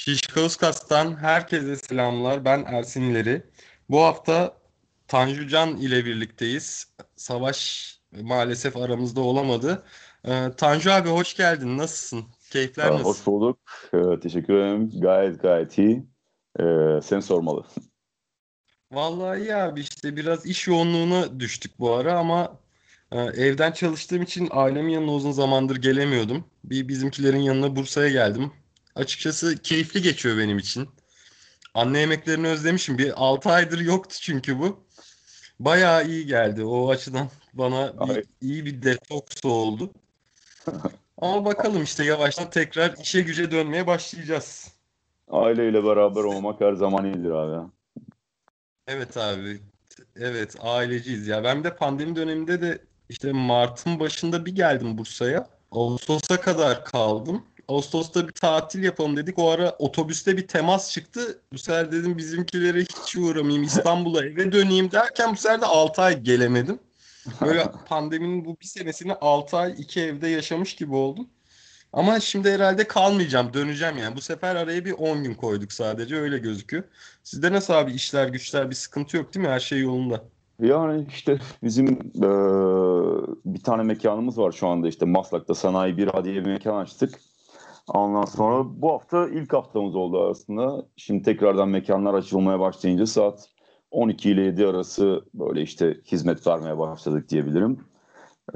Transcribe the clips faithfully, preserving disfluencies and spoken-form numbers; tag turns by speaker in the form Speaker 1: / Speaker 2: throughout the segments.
Speaker 1: Şişkauskas'tan herkese selamlar. Ben Ersin İleri. Bu hafta Tanju Can ile birlikteyiz. Savaş maalesef aramızda olamadı. Ee, Tanju abi hoş geldin. Nasılsın?
Speaker 2: Ee,
Speaker 1: Keyifler
Speaker 2: hoş
Speaker 1: nasıl?
Speaker 2: bulduk. Ee, teşekkür ederim. Gayet gayet iyi. Ee, seni sormalı.
Speaker 1: Vallahi iyi abi işte biraz iş yoğunluğuna düştük bu ara ama e, evden çalıştığım için ailemin yanına uzun zamandır gelemiyordum. Bir bizimkilerin yanına Bursa'ya geldim. Açıkçası keyifli geçiyor benim için. Anne yemeklerini özlemişim. Bir altı aydır yoktu çünkü bu. Bayağı iyi geldi. O açıdan bana bir
Speaker 2: Ay-
Speaker 1: iyi bir detoks oldu. Ama bakalım işte yavaştan tekrar işe güce dönmeye başlayacağız.
Speaker 2: Aileyle beraber olmak her zaman iyidir abi. Ya.
Speaker 1: Evet abi. Evet aileciyiz ya. Ben de pandemi döneminde de işte Mart'ın başında bir geldim Bursa'ya. Ağustos'a kadar kaldım. Ağustos'ta bir tatil yapalım dedik. O ara otobüste bir temas çıktı. Bu sefer dedim bizimkilere hiç uğramayayım. İstanbul'a eve döneyim derken bu sefer de altı ay gelemedim. Böyle pandeminin bu bir senesini altı ay iki evde yaşamış gibi oldum. Ama şimdi herhalde kalmayacağım, döneceğim yani. Bu sefer araya bir on gün koyduk sadece, öyle gözüküyor. Sizde nasıl abi, işler güçler bir sıkıntı yok değil mi? Her şey yolunda.
Speaker 2: Yani işte bizim eee, bir tane mekanımız var şu anda işte Maslak'ta Sanayi Bira diye bir mekan açtık. Ondan
Speaker 1: Hı hı.
Speaker 2: sonra bu hafta ilk haftamız oldu aslında. Şimdi tekrardan mekanlar açılmaya başlayınca saat on iki ile yedi arası böyle işte hizmet vermeye başladık diyebilirim. Ee,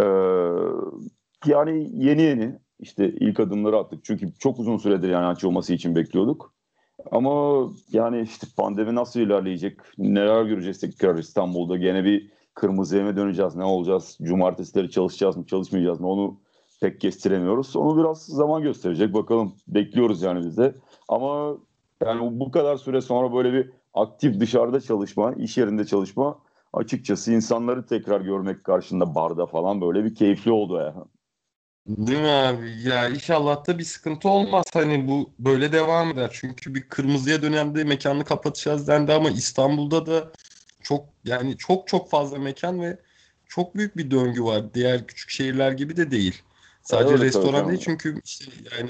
Speaker 2: Yani yeni yeni işte ilk adımları attık. Çünkü çok uzun süredir yani açılması için bekliyorduk. Ama yani işte pandemi nasıl ilerleyecek? Neler göreceğiz tekrar İstanbul'da? Gene bir kırmızı eve döneceğiz. Ne olacağız? Cumartesileri çalışacağız mı, çalışmayacağız mı? Onu pek kestiremiyoruz. Onu biraz zaman gösterecek. Bakalım bekliyoruz yani biz de. Ama yani bu kadar süre sonra böyle bir aktif dışarıda çalışma, iş yerinde çalışma açıkçası insanları tekrar görmek karşında barda falan böyle bir keyifli oldu ya.
Speaker 1: Değil mi abi? Ya inşallah da bir sıkıntı olmaz. Hani bu böyle devam eder. Çünkü bir kırmızıya dönemde mekanı kapatacağız dendi ama İstanbul'da da çok yani çok çok fazla mekan ve çok büyük bir döngü var. Diğer küçük şehirler gibi de değil.
Speaker 2: E,
Speaker 1: Sadece
Speaker 2: öyle tabii
Speaker 1: restoran değil,
Speaker 2: canım.
Speaker 1: çünkü işte yani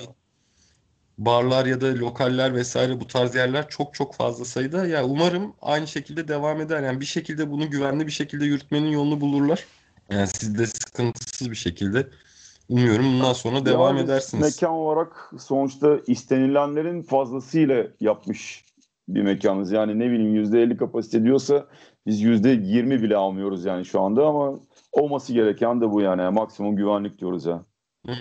Speaker 1: barlar ya da lokaller vesaire bu tarz yerler çok çok fazla sayıda. Ya umarım aynı şekilde devam eder. Yani bir şekilde bunu güvenli bir şekilde yürütmenin yolunu bulurlar. Yani siz de sıkıntısız bir şekilde umuyorum bundan sonra devam
Speaker 2: Ya biz
Speaker 1: edersiniz.
Speaker 2: mekan olarak sonuçta istenilenlerin fazlasıyla yapmış bir mekanız. Yani ne bileyim yüzde elli kapasite diyorsa biz yüzde yirmi bile almıyoruz yani şu anda ama olması gereken de bu yani. Maksimum güvenlik diyoruz ya.
Speaker 1: Hı.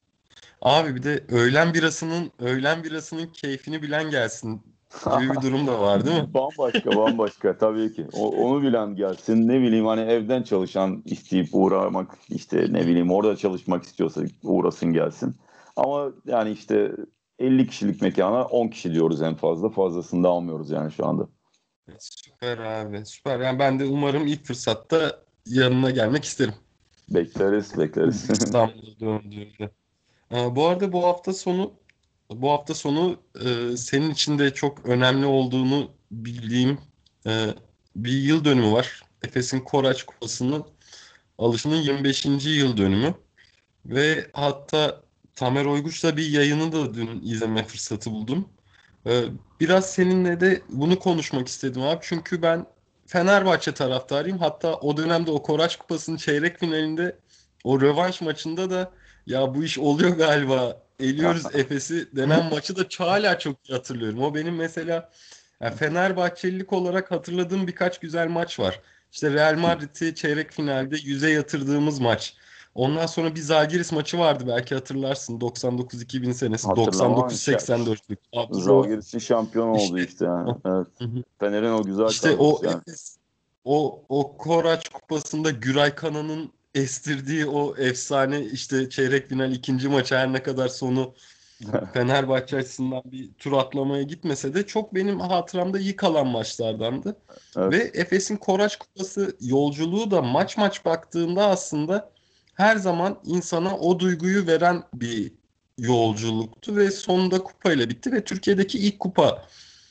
Speaker 1: Abi bir de öğlen birasının öğlen birasının keyfini bilen gelsin gibi bir durum da var değil mi?
Speaker 2: Bambaşka bambaşka tabii ki. O, onu bilen gelsin. Ne bileyim hani evden çalışan isteyip uğramak işte ne bileyim orada çalışmak istiyorsa uğrasın gelsin. Ama yani işte elli kişilik mekana on kişi diyoruz en fazla. Fazlasını da almıyoruz yani şu anda.
Speaker 1: Süper abi, süper. Yani ben de umarım ilk fırsatta yanına gelmek isterim.
Speaker 2: Bekleriz bekleriz.
Speaker 1: İstanbul'a döndüğünde. Ee, bu arada bu hafta sonu bu hafta sonu e, senin için de çok önemli olduğunu bildiğim e, bir yıl dönümü var. Efes'in Koraç Kupası'nın alışının yirmi beşinci yıl dönümü ve hatta Tamer Oyguç'la bir yayını da dün izleme fırsatı buldum. Ee, biraz seninle de bunu konuşmak istedim abi. Çünkü ben Fenerbahçe taraftarıyım. Hatta o dönemde o Koraç Kupası'nın çeyrek finalinde o rövanş maçında da ya bu iş oluyor galiba, eliyoruz Efes'i denen maçı da hala çok iyi hatırlıyorum. O benim mesela ya Fenerbahçelilik olarak hatırladığım birkaç güzel maç var. İşte Real Madrid'i çeyrek finalde yüze yatırdığımız maç. Ondan sonra bir Zalgiris maçı vardı, belki hatırlarsın, doksan dokuz iki bin senesi,
Speaker 2: Hatırlamam hiç.
Speaker 1: doksan dokuz seksen dörtlük. Abi o
Speaker 2: Zalgiris'in şampiyon oldu
Speaker 1: işte
Speaker 2: işte. Yani.
Speaker 1: o,
Speaker 2: Evet.
Speaker 1: Hı hı.
Speaker 2: Fener'in o güzel
Speaker 1: işte o
Speaker 2: kadrosu yani.
Speaker 1: Efes, o o Koraç Kupası'nda Güray Kanan'ın estirdiği o efsane işte çeyrek final ikinci maçı, her ne kadar sonu Fenerbahçe açısından bir tur atlamaya gitmese de çok benim hatıramda iyi kalan maçlardandı. Ve
Speaker 2: Evet.
Speaker 1: Efes'in Koraç Kupası yolculuğu da maç maç baktığında aslında her zaman insana o duyguyu veren bir yolculuktu ve sonunda kupayla bitti ve Türkiye'deki ilk kupa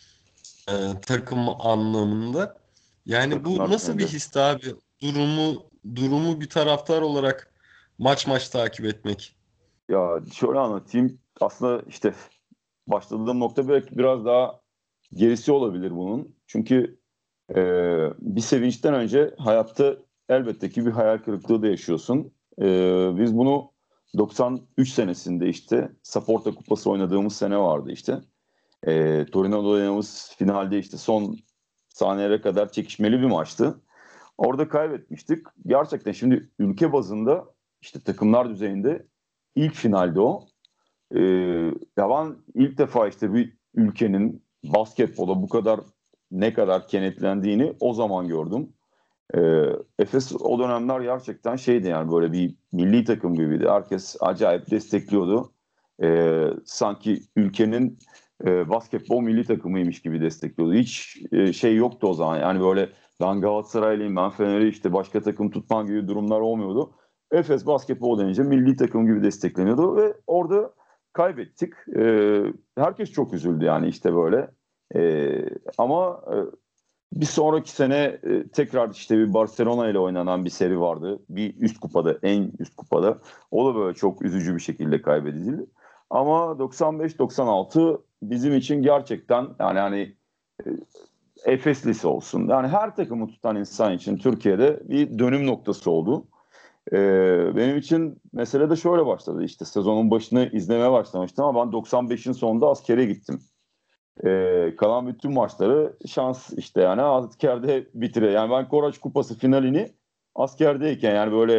Speaker 1: e, takım anlamında. Yani bu
Speaker 2: Takımlar
Speaker 1: nasıl bir
Speaker 2: finali.
Speaker 1: histi abi? Durumu durumu bir taraftar olarak maç maç takip etmek.
Speaker 2: Ya şöyle anlatayım. Aslında işte başladığım nokta belki biraz daha gerisi olabilir bunun. Çünkü e, bir sevinçten önce hayatta elbette ki bir hayal kırıklığı da yaşıyorsun. E, biz bunu doksan üç senesinde işte Saporta Kupası oynadığımız sene vardı işte. E, Torino'da oynadığımız finalde işte son saniyelere kadar çekişmeli bir maçtı. Orada kaybetmiştik. Gerçekten şimdi ülke bazında işte takımlar düzeyinde ilk finalde o. Ee, ya ben ilk defa işte bir ülkenin basketbola bu kadar ne kadar kenetlendiğini o zaman gördüm. Ee, Efes o dönemler gerçekten şeydi yani böyle bir milli takım gibiydi. Herkes acayip destekliyordu. Ee, sanki ülkenin e, basketbol milli takımıymış gibi destekliyordu. Hiç e, şey yoktu o zaman. Yani böyle ben Galatasaraylıyım, ben Fener'i işte başka takım tutmam gibi durumlar olmuyordu. Efes basketbol denince milli takım gibi destekleniyordu ve orada kaybettik. Ee, herkes çok üzüldü yani işte böyle. Ee, ama e, bir sonraki sene e, tekrar işte bir Barcelona ile oynanan bir seri vardı. Bir üst kupada, en üst kupada. O da böyle çok üzücü bir şekilde kaybedildi. Ama doksan beş doksan altı bizim için gerçekten yani hani e, Efeslisi olsun. Yani her takımı tutan insan için Türkiye'de bir dönüm noktası oldu. Ee, benim için mesele de şöyle başladı. İşte sezonun başını izlemeye başlamıştım ama ben doksan beşin sonunda askere gittim. Ee, kalan bütün maçları şans işte yani askerde bitire. Yani ben Koraç Kupası finalini askerdeyken yani böyle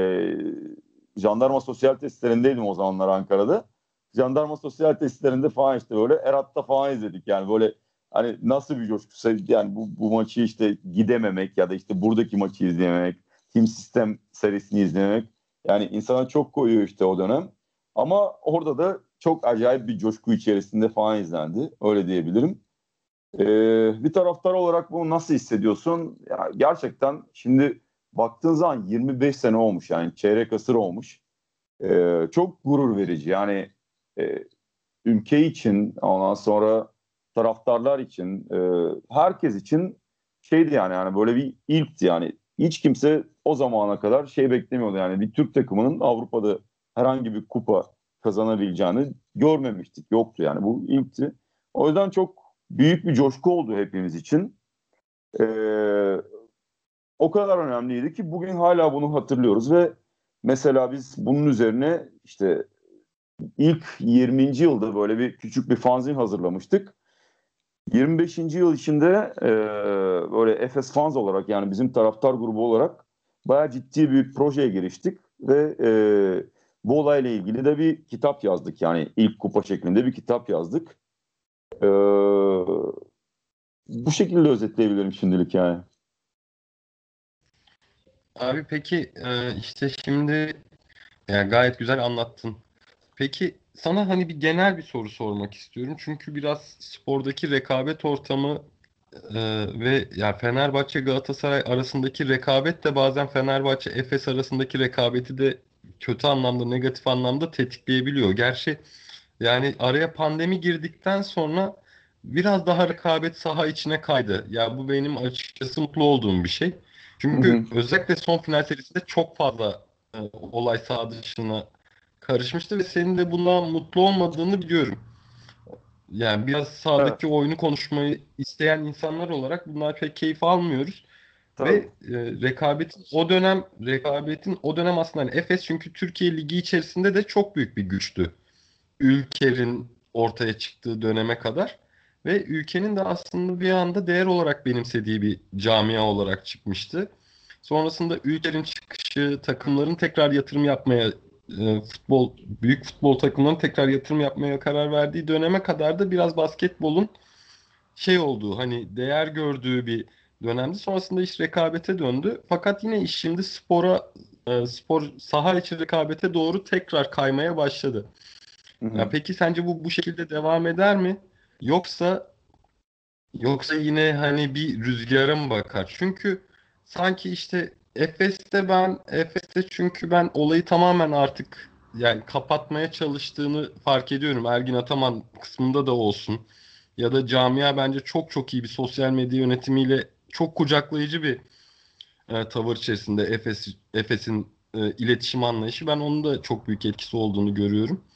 Speaker 2: e, jandarma sosyal testlerindeydim o zamanlar Ankara'da. Jandarma sosyal testlerinde falan işte böyle Erat'ta falan izledik. Yani böyle hani nasıl bir coşku yani bu, bu maçı işte gidememek ya da işte buradaki maçı izleyememek, Team Sistem serisini izlemek yani insana çok koyuyor işte o dönem. Ama orada da çok acayip bir coşku içerisinde falan izlendi. Öyle diyebilirim. Ee, bir taraftar olarak bunu nasıl hissediyorsun? Ya gerçekten şimdi baktığın zaman yirmi beş sene olmuş yani çeyrek asır olmuş. Ee, çok gurur verici. Yani e, ülke için ondan sonra taraftarlar için e, herkes için şeydi yani yani böyle bir ilkti yani. Hiç kimse o zamana kadar şey beklemiyordu yani bir Türk takımının Avrupa'da herhangi bir kupa kazanabileceğini görmemiştik. Yoktu yani bu ilkti. O yüzden çok büyük bir coşku oldu hepimiz için. Ee, o kadar önemliydi ki bugün hala bunu hatırlıyoruz ve mesela biz bunun üzerine işte ilk yirminci yılda böyle bir küçük bir fanzin hazırlamıştık. yirmi beşinci yıl içinde e, böyle Efes Fans olarak yani bizim taraftar grubu olarak bayağı ciddi bir projeye giriştik ve e, bu olayla ilgili de bir kitap yazdık. Yani ilk kupa şeklinde bir kitap yazdık. E, bu şekilde özetleyebilirim şimdilik yani.
Speaker 1: Abi peki e, işte şimdi yani gayet güzel anlattın. Peki sana hani bir genel bir soru sormak istiyorum. Çünkü biraz spordaki rekabet ortamı e, ve ya Fenerbahçe Galatasaray arasındaki rekabet de bazen Fenerbahçe Efes arasındaki rekabeti de kötü anlamda, negatif anlamda tetikleyebiliyor. Gerçi yani araya pandemi girdikten sonra biraz daha rekabet saha içine kaydı. Ya bu benim açıkçası mutlu olduğum bir şey.
Speaker 2: Hı hı.
Speaker 1: Çünkü özellikle son final serisinde çok fazla e, olay saha dışına karışmıştı ve senin de bundan mutlu olmadığını biliyorum. Yani biraz
Speaker 2: Evet,
Speaker 1: sahadaki oyunu konuşmayı isteyen insanlar olarak bunlar pek keyif almıyoruz. Ve
Speaker 2: tabii.
Speaker 1: e, rekabetin o dönem rekabetin o dönem aslında hani Efes çünkü Türkiye Ligi içerisinde de çok büyük bir güçtü. Ülker'in ortaya çıktığı döneme kadar ve ülkenin de aslında bir anda değer olarak benimsediği bir camia olarak çıkmıştı. Sonrasında Ülker'in çıkışı, takımların tekrar yatırım yapmaya, e, futbol büyük futbol takımlarının tekrar yatırım yapmaya karar verdiği döneme kadar da biraz basketbolun şey olduğu, hani değer gördüğü bir dönemdi. Sonrasında iş rekabete döndü. Fakat yine iş şimdi spora, e, spor saha içi rekabete doğru tekrar kaymaya başladı.
Speaker 2: Hı
Speaker 1: Ya
Speaker 2: hı.
Speaker 1: peki sence bu bu şekilde devam eder mi? Yoksa yoksa yine hani bir rüzgara mı bakar? Çünkü sanki işte Efes'te ben Efes'te çünkü ben olayı tamamen artık yani kapatmaya çalıştığını fark ediyorum. Ergin Ataman kısmında da olsun. Ya da camia bence çok çok iyi bir sosyal medya yönetimiyle çok kucaklayıcı bir e, tavır içerisinde Efes Efes'in e, iletişim anlayışı. Ben onun da çok büyük etkisi olduğunu görüyorum.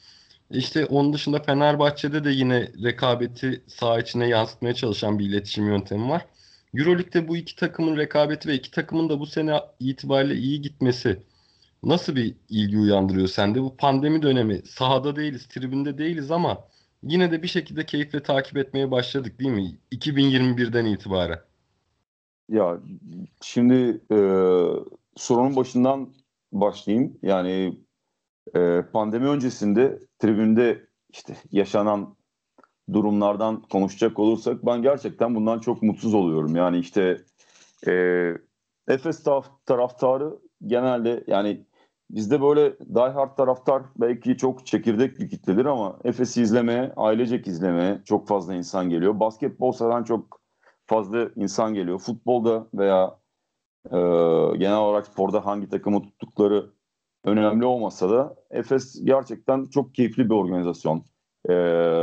Speaker 1: İşte onun dışında Fenerbahçe'de de yine rekabeti saha içine yansıtmaya çalışan bir iletişim yöntemi var. Euroleague'de bu iki takımın rekabeti ve iki takımın da bu sene itibariyle iyi gitmesi nasıl bir ilgi uyandırıyor sende? Bu pandemi dönemi sahada değiliz, tribünde değiliz ama yine de bir şekilde keyifle takip etmeye başladık değil mi? iki bin yirmi birden itibaren.
Speaker 2: Ya şimdi e, sorunun başından başlayayım. Yani e, pandemi öncesinde tribünde işte yaşanan durumlardan konuşacak olursak ben gerçekten bundan çok mutsuz oluyorum. Yani işte e, Efes taraf- taraftarı genelde yani bizde böyle diehard taraftar belki çok çekirdek bir kitledir ama Efes'i izlemeye, ailecek izlemeye çok fazla insan geliyor. Basketbol seven çok fazla insan geliyor. Futbolda veya e, genel olarak sporda hangi takımı tuttukları önemli olmasa da Efes gerçekten çok keyifli bir organizasyon. E,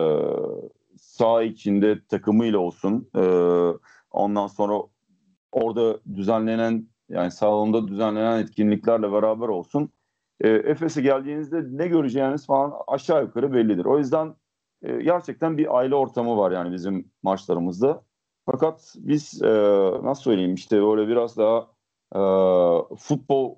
Speaker 2: Saha içinde takımıyla olsun, e, ondan sonra orada düzenlenen yani salonda düzenlenen etkinliklerle beraber olsun. E, Efes'e geldiğinizde ne göreceğiniz falan aşağı yukarı bellidir. O yüzden e, gerçekten bir aile ortamı var yani bizim maçlarımızda. Fakat biz e, nasıl söyleyeyim işte böyle biraz daha e, futbol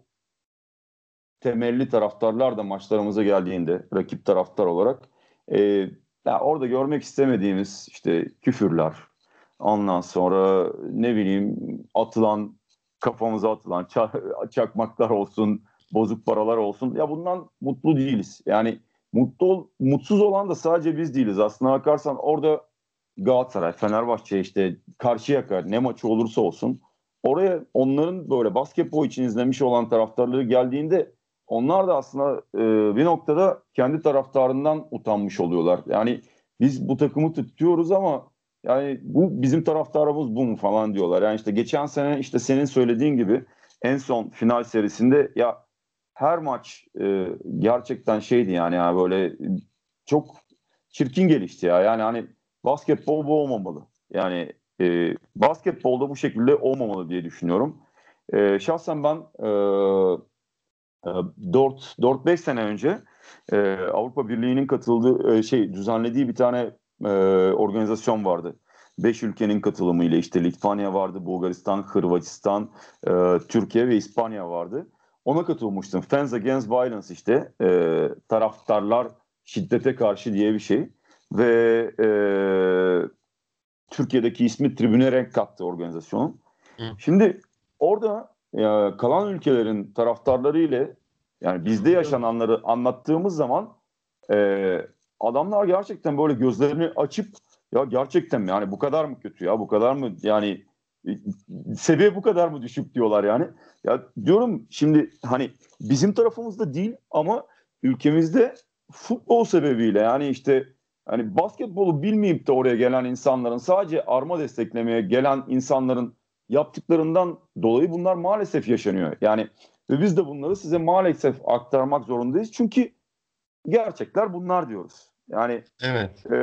Speaker 2: temelli taraftarlar da maçlarımıza geldiğinde rakip taraftar olarak e, ya orada görmek istemediğimiz işte küfürler, ondan sonra ne bileyim atılan kafamıza atılan ça- çakmaklar olsun, bozuk paralar olsun. Ya bundan mutlu değiliz. Yani mutlu ol- mutsuz olan da sadece biz değiliz. Aslına bakarsan orada Galatasaray, Fenerbahçe işte Karşıyaka ne maçı olursa olsun oraya onların böyle basketbol için izlemiş olan taraftarları geldiğinde onlar da aslında e, bir noktada kendi taraftarından utanmış oluyorlar. Yani biz bu takımı tutuyoruz ama yani bu bizim taraftarımız bu mu falan diyorlar. Yani işte geçen sene işte senin söylediğin gibi en son final serisinde ya her maç e, gerçekten şeydi yani ya böyle çok çirkin gelişti ya. Yani hani basketbol bu olmamalı. Yani e, basketbolda bu şekilde olmamalı diye düşünüyorum. E, şahsen ben e, e, dört dört beş sene önce e, Avrupa Birliği'nin katıldığı e, şey düzenlediği bir tane e, organizasyon vardı. Beş ülkenin katılımıyla işte Litvanya vardı, Bulgaristan, Hırvatistan, e, Türkiye ve İspanya vardı. Ona katılmıştım. Fans Against Violence işte e, taraftarlar şiddete karşı diye bir şey. Ve e, Türkiye'deki ismi Tribüne renk kattı organizasyonun.
Speaker 1: Hı.
Speaker 2: Şimdi orada e, kalan ülkelerin taraftarları ile yani bizde yaşananları anlattığımız zaman e, adamlar gerçekten böyle gözlerini açıp ya gerçekten mi yani bu kadar mı kötü ya bu kadar mı yani e, seviye bu kadar mı düşük diyorlar yani. Ya diyorum şimdi hani bizim tarafımızda değil ama ülkemizde futbol sebebiyle yani işte hani basketbolu bilmeyip de oraya gelen insanların sadece arma desteklemeye gelen insanların yaptıklarından dolayı bunlar maalesef yaşanıyor. Yani ve biz de bunları size maalesef aktarmak zorundayız. Çünkü gerçekler bunlar diyoruz. Yani
Speaker 1: Evet.
Speaker 2: e,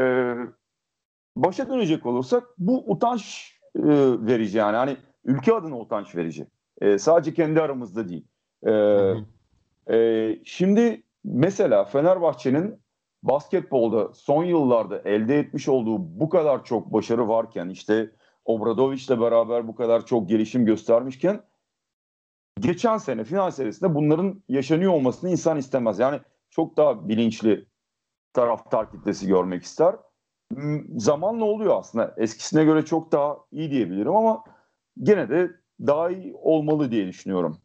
Speaker 2: başa dönecek olursak bu utanç e, verici yani. Hani ülke adına utanç verici. E, sadece kendi aramızda değil. E,
Speaker 1: Hı hı.
Speaker 2: e, şimdi mesela Fenerbahçe'nin basketbolda son yıllarda elde etmiş olduğu bu kadar çok başarı varken işte Obradoviç'le beraber bu kadar çok gelişim göstermişken geçen sene final serisinde bunların yaşanıyor olmasını insan istemez. Yani çok daha bilinçli taraftar kitlesi görmek ister. Hmm, Zamanla oluyor aslında. Eskisine göre çok daha iyi diyebilirim ama gene de daha iyi olmalı diye düşünüyorum.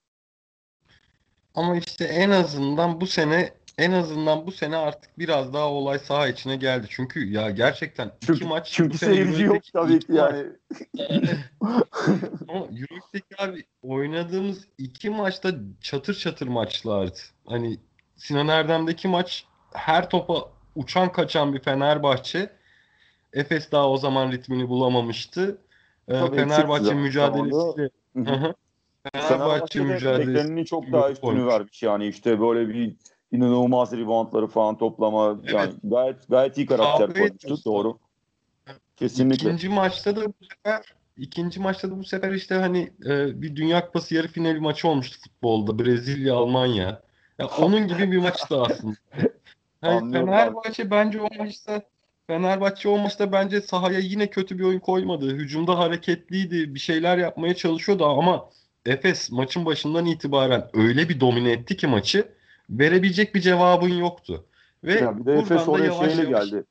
Speaker 1: Ama işte en azından bu sene en azından bu sene artık biraz daha olay saha içine geldi. Çünkü ya gerçekten iki
Speaker 2: Çünkü
Speaker 1: maç bu
Speaker 2: çünkü
Speaker 1: sene
Speaker 2: seyirci yok
Speaker 1: Euroleague'deki
Speaker 2: tabii ki
Speaker 1: iki maç.
Speaker 2: yani.
Speaker 1: Ama Euroleague'deki abi oynadığımız iki maçta çatır çatır maçlardı. Hani Sinan Erdem'deki maç her topa uçan kaçan bir Fenerbahçe. Efes daha o zaman ritmini bulamamıştı. Ee,
Speaker 2: Çok eksikti
Speaker 1: Fenerbahçe
Speaker 2: aynı zamanda.
Speaker 1: mücadelesiyle
Speaker 2: Hı
Speaker 1: Hı
Speaker 2: hı.
Speaker 1: hı. Fenerbahçe
Speaker 2: Fenerbahçe de
Speaker 1: mücadelesi
Speaker 2: bekleneni çok daha
Speaker 1: yumruk
Speaker 2: üstünü
Speaker 1: koymuş.
Speaker 2: vermiş yani işte böyle bir inanılmaz reboundları falan toplama yani
Speaker 1: Evet,
Speaker 2: gayet gayet iyi karakter
Speaker 1: kavga
Speaker 2: koymuştu
Speaker 1: ediyorlar.
Speaker 2: doğru kesinlikle.
Speaker 1: İkinci maçta da bu sefer ikinci maçta da bu sefer işte hani e, bir Dünya Kupası yarı finali maçı olmuştu futbolda. Brezilya Almanya. Ya onun gibi bir maçtı aslında. Yani
Speaker 2: Anlıyorlar.
Speaker 1: Fenerbahçe bence o maçta Fenerbahçe o maçta bence sahaya yine kötü bir oyun koymadı. Hücumda hareketliydi, bir şeyler yapmaya çalışıyordu ama Efes maçın başından itibaren öyle bir domine etti ki maçı verebilecek bir cevabın yoktu. Ve
Speaker 2: Ya bir de Efes
Speaker 1: buradan da
Speaker 2: oraya
Speaker 1: yavaş
Speaker 2: şeyle
Speaker 1: yavaş
Speaker 2: geldi.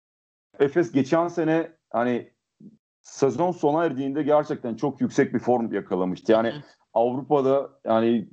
Speaker 2: Efes geçen sene hani sezon sona erdiğinde gerçekten çok yüksek bir form yakalamıştı. Yani Avrupa'da yani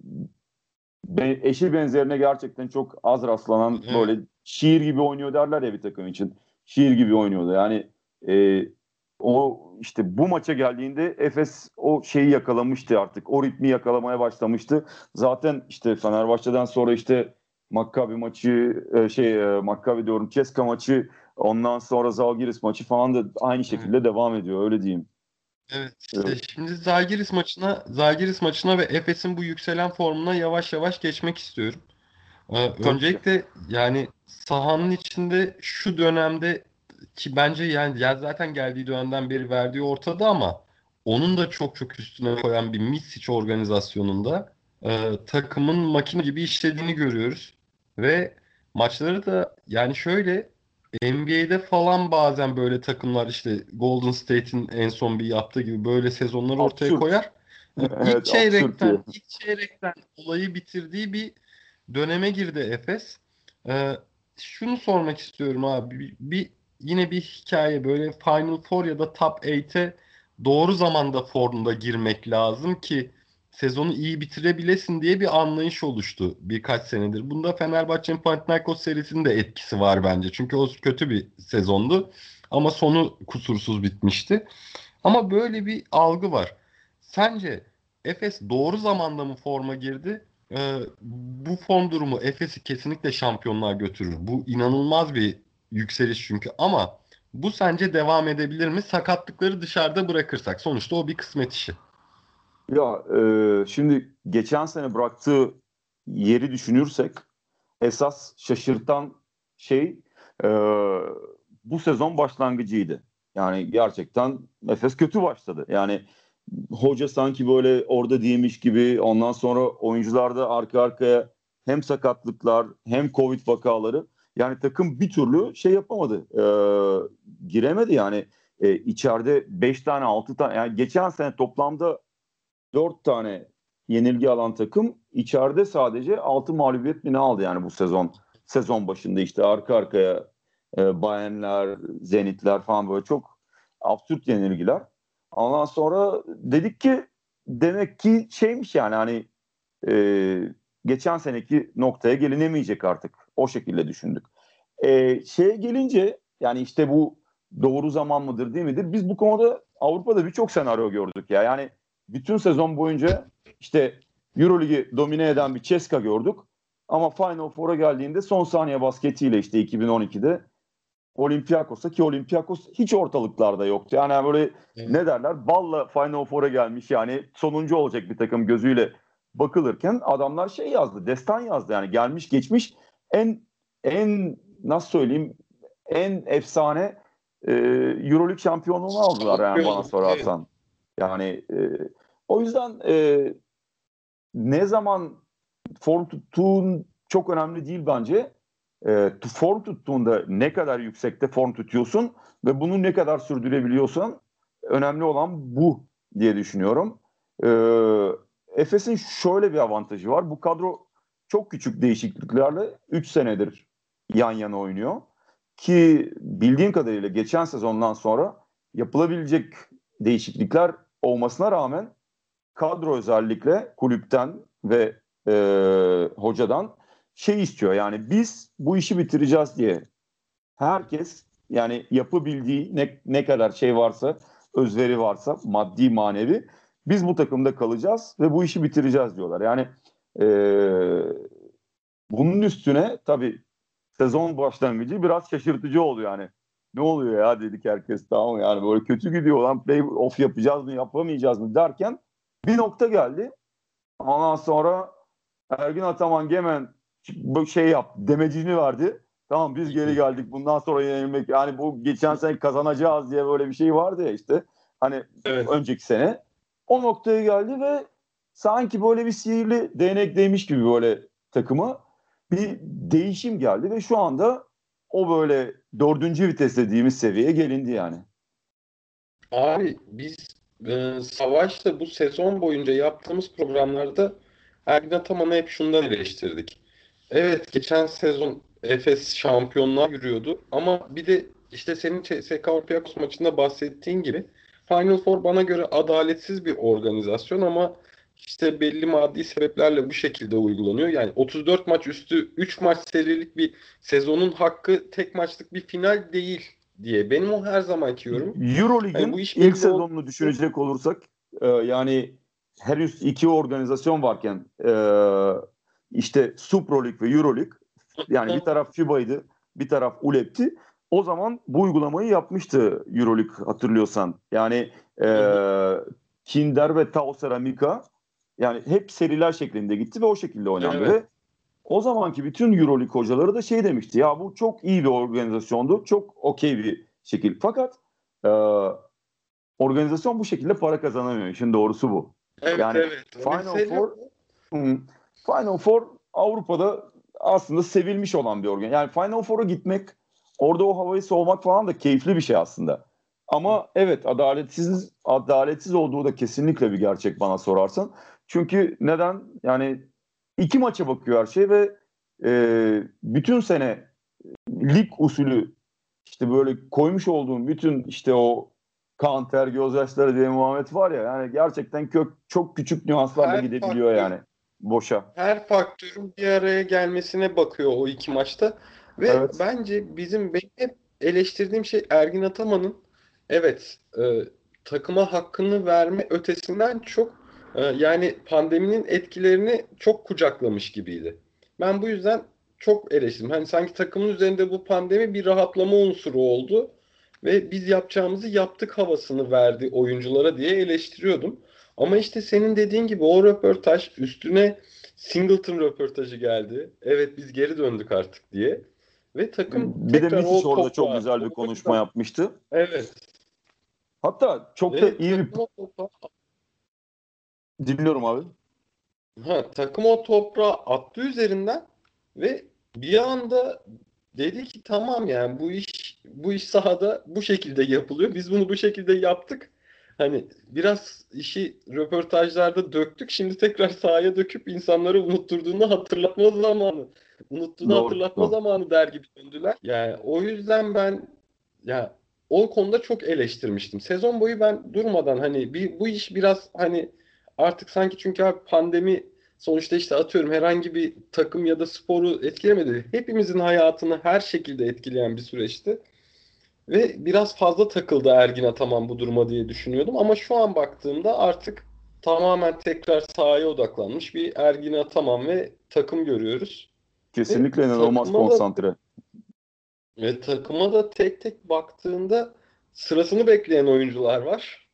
Speaker 2: be- eşi benzerine gerçekten çok az rastlanan
Speaker 1: evet,
Speaker 2: böyle şiir gibi oynuyor derler ya bir takım için. Şiir gibi oynuyordu. Yani e, o işte bu maça geldiğinde Efes o şeyi yakalamıştı artık. O ritmi yakalamaya başlamıştı. Zaten işte Fenerbahçe'den sonra işte Maccabi maçı e, şey e, Maccabi diyorum Ceska maçı ondan sonra Zalgiris maçı falan da aynı
Speaker 1: evet.
Speaker 2: şekilde devam ediyor öyle diyeyim.
Speaker 1: Evet
Speaker 2: E,
Speaker 1: işte şimdi Zalgiris maçına Zalgiris maçına ve Efes'in bu yükselen formuna yavaş yavaş geçmek istiyorum. Ee,
Speaker 2: tabii ki.
Speaker 1: öncelikle yani sahanın içinde şu dönemde ki bence yani ya zaten geldiği dönemden beri verdiği ortada ama onun da çok çok üstüne koyan bir Misic organizasyonunda e, takımın makine gibi işlediğini görüyoruz. Ve maçları da yani şöyle N B A'de falan bazen böyle takımlar işte Golden State'in en son bir yaptığı gibi böyle sezonlar ortaya
Speaker 2: Absürt.
Speaker 1: koyar. E, İlk
Speaker 2: Evet absürt diye.
Speaker 1: çeyrekten ilk çeyrekten olayı bitirdiği bir döneme girdi Efes. Ee, şunu sormak istiyorum abi. Bir, bir- yine bir hikaye böyle Final Four ya da Top sekize doğru zamanda formda girmek lazım ki sezonu iyi bitirebilesin diye bir anlayış oluştu birkaç senedir. Bunda Fenerbahçe'nin Panathinaikos serisinin de etkisi var bence. Çünkü o kötü bir sezondu ama sonu kusursuz bitmişti. Ama böyle bir algı var. Sence Efes doğru zamanda mı forma girdi? Ee, bu form durumu Efes'i kesinlikle şampiyonluğa götürür. Bu inanılmaz bir yükseliş çünkü. Ama bu sence devam edebilir mi? Sakatlıkları dışarıda bırakırsak. Sonuçta o bir kısmet işi.
Speaker 2: Ya e, şimdi geçen sene bıraktığı yeri düşünürsek esas şaşırtan şey e, bu sezon başlangıcıydı. Yani gerçekten Efes kötü başladı. Yani hoca sanki böyle orada değilmiş gibi ondan sonra oyuncularda arka arkaya hem sakatlıklar hem Covid vakaları yani takım bir türlü şey yapamadı. E, giremedi yani. E, içeride beş tane altı tane yani geçen sene toplamda dört tane yenilgi alan takım içeride sadece altı mağlubiyet mi ne aldı yani bu sezon sezon başında işte arka arkaya e, Bayernler, Zenitler falan böyle çok absürt yenilgiler. Ondan sonra dedik ki demek ki şeymiş yani hani e, geçen seneki noktaya gelinemeyecek artık. O şekilde düşündük. E, şeye gelince yani işte bu doğru zaman mıdır değil midir? Biz bu konuda Avrupa'da birçok senaryo gördük ya. Yani bütün sezon boyunca işte Euroligi domine eden bir Ceska gördük. Ama Final Four'a geldiğinde son saniye basketiyle işte iki bin on ikide Olympiakos'a ki Olympiakos hiç ortalıklarda yoktu. Yani böyle
Speaker 1: Evet.
Speaker 2: ne derler balla Final Four'a gelmiş yani sonuncu olacak bir takım gözüyle bakılırken adamlar şey yazdı, destan yazdı yani gelmiş geçmiş en en nasıl söyleyeyim en efsane e, Euroleague şampiyonluğunu aldılar yani bana
Speaker 1: Şampiyon. Evet.
Speaker 2: sorarsan. Yani e, o yüzden e, ne zaman form tuttuğun çok önemli değil bence. E, form tuttuğunda ne kadar yüksekte form tutuyorsun ve bunu ne kadar sürdürebiliyorsan önemli olan bu diye düşünüyorum. E, Efes'in şöyle bir avantajı var. Bu kadro çok küçük değişikliklerle üç senedir yan yana oynuyor. Ki bildiğim kadarıyla geçen sezondan sonra yapılabilecek değişiklikler olmasına rağmen kadro özellikle kulüpten ve e, hocadan şey istiyor. Yani biz bu işi bitireceğiz diye. Herkes yani yapabildiği ne, ne kadar şey varsa, özveri varsa, maddi manevi biz bu takımda kalacağız ve bu işi bitireceğiz diyorlar. Yani e, bunun üstüne tabii sezon başlangıcı biraz şaşırtıcı oluyor yani. Ne oluyor ya dedik herkes tamam yani böyle kötü gidiyor lan play off yapacağız mı yapamayacağız mı derken bir nokta geldi. Ondan sonra Ergin Ataman Gemen bu şey yap demecini verdi. Tamam biz geri geldik. Bundan sonra yenilmek yani bu geçen sene kazanacağız diye böyle bir şey vardı ya işte. Hani
Speaker 1: Evet.
Speaker 2: önceki sene o noktaya geldi ve sanki böyle bir sihirli değnek değmiş gibi böyle takıma. bir değişim geldi ve şu anda o böyle dördüncü vites dediğimiz seviyeye gelindi yani.
Speaker 1: Abi biz e, Savaş'ta bu sezon boyunca yaptığımız programlarda Ergin Ataman'ı hep şundan eleştirdik. Evet, geçen sezon Efes şampiyonluğa yürüyordu ama bir de işte senin C S K A Olympiakos maçında bahsettiğin gibi Final Four bana göre adaletsiz bir organizasyon ama işte belli maddi sebeplerle bu şekilde uygulanıyor. Yani otuz dört maç üstü üç maç serilik bir sezonun hakkı tek maçlık bir final değil diye. Benim o her zamanki yorum. Hani bu
Speaker 2: Euroleague'in
Speaker 1: iş
Speaker 2: ilk
Speaker 1: belli oldu.
Speaker 2: sezonunu düşünecek olursak e, yani henüz iki organizasyon varken e, işte Super League ve Euroleague, yani bir taraf FIBA'ydı, bir taraf U L E P'ti. O zaman bu uygulamayı yapmıştı Euroleague, hatırlıyorsan. Yani e,
Speaker 1: Hı hı.
Speaker 2: Kinder ve Tau Ceramica yani hep seriler şeklinde gitti ve o şekilde oynandı
Speaker 1: Evet.
Speaker 2: ve o zamanki bütün Euroleague hocaları da şey demişti. Ya bu çok iyi bir organizasyondu. Çok okey bir şekil. Fakat e, organizasyon bu şekilde para kazanamıyor. İşin doğrusu bu.
Speaker 1: Evet,
Speaker 2: Yani
Speaker 1: evet. O
Speaker 2: Final
Speaker 1: mesele
Speaker 2: Four
Speaker 1: o.
Speaker 2: hmm, Final Four Avrupa'da aslında sevilmiş olan bir organ. Yani Final Four'a gitmek, orada o havayı soğumak falan da keyifli bir şey aslında. Ama evet, adaletsiz adaletsiz olduğu da kesinlikle bir gerçek bana sorarsan. Çünkü neden? Yani iki maça bakıyor her şey ve e, bütün sene lig usulü işte böyle koymuş olduğum bütün işte o kan, ter, gözyaşları diye muhabbet var ya, yani gerçekten kök, çok küçük nüanslarla
Speaker 1: Her
Speaker 2: gidebiliyor
Speaker 1: faktör
Speaker 2: yani boşa.
Speaker 1: her faktörün bir araya gelmesine bakıyor o iki maçta. Ve
Speaker 2: Evet.
Speaker 1: bence bizim benim hep eleştirdiğim şey Ergin Ataman'ın evet e, takıma hakkını verme ötesinden çok e, yani pandeminin etkilerini çok kucaklamış gibiydi. Ben bu yüzden çok eleştirdim. Hani sanki takımın üzerinde bu pandemi bir rahatlama unsuru oldu ve biz yapacağımızı yaptık havasını verdi oyunculara diye eleştiriyordum. Ama işte senin dediğin gibi o röportaj üstüne Singleton röportajı geldi. Evet, biz geri döndük artık diye. Ve takım
Speaker 2: Bir de
Speaker 1: tekrar
Speaker 2: Misic
Speaker 1: o
Speaker 2: orada çok
Speaker 1: toprağa
Speaker 2: güzel bir konuşma
Speaker 1: oynadı.
Speaker 2: yapmıştı.
Speaker 1: Evet.
Speaker 2: Hatta çok da
Speaker 1: Ve
Speaker 2: iyi bir
Speaker 1: takım o toprağa,
Speaker 2: dinliyorum abi.
Speaker 1: ha, takım o toprağa attı üzerinden ve bir anda dedi ki tamam, yani bu iş bu iş sahada bu şekilde yapılıyor. Biz bunu bu şekilde yaptık. Hani biraz işi röportajlarda döktük. Şimdi tekrar sahaya döküp insanları unutturduğunu hatırlatma zamanı. Unuttuğunu
Speaker 2: Doğru,
Speaker 1: hatırlatma
Speaker 2: doğru.
Speaker 1: zamanı der gibi döndüler. Yani o yüzden ben ya o konuda çok eleştirmiştim. Sezon boyu ben durmadan hani bir, bu iş biraz hani artık sanki, çünkü abi pandemi sonuçta işte atıyorum herhangi bir takım ya da sporu etkilemedi. Hepimizin hayatını her şekilde etkileyen bir süreçti. Ve biraz fazla takıldı Ergin Ataman bu duruma diye düşünüyordum. Ama şu an baktığımda artık tamamen tekrar sahaya odaklanmış bir Ergin Ataman ve takım görüyoruz. Ve
Speaker 2: Kesinlikle inanılmaz
Speaker 1: takıma da
Speaker 2: konsantre.
Speaker 1: ve takıma da tek tek baktığında sırasını bekleyen oyuncular var.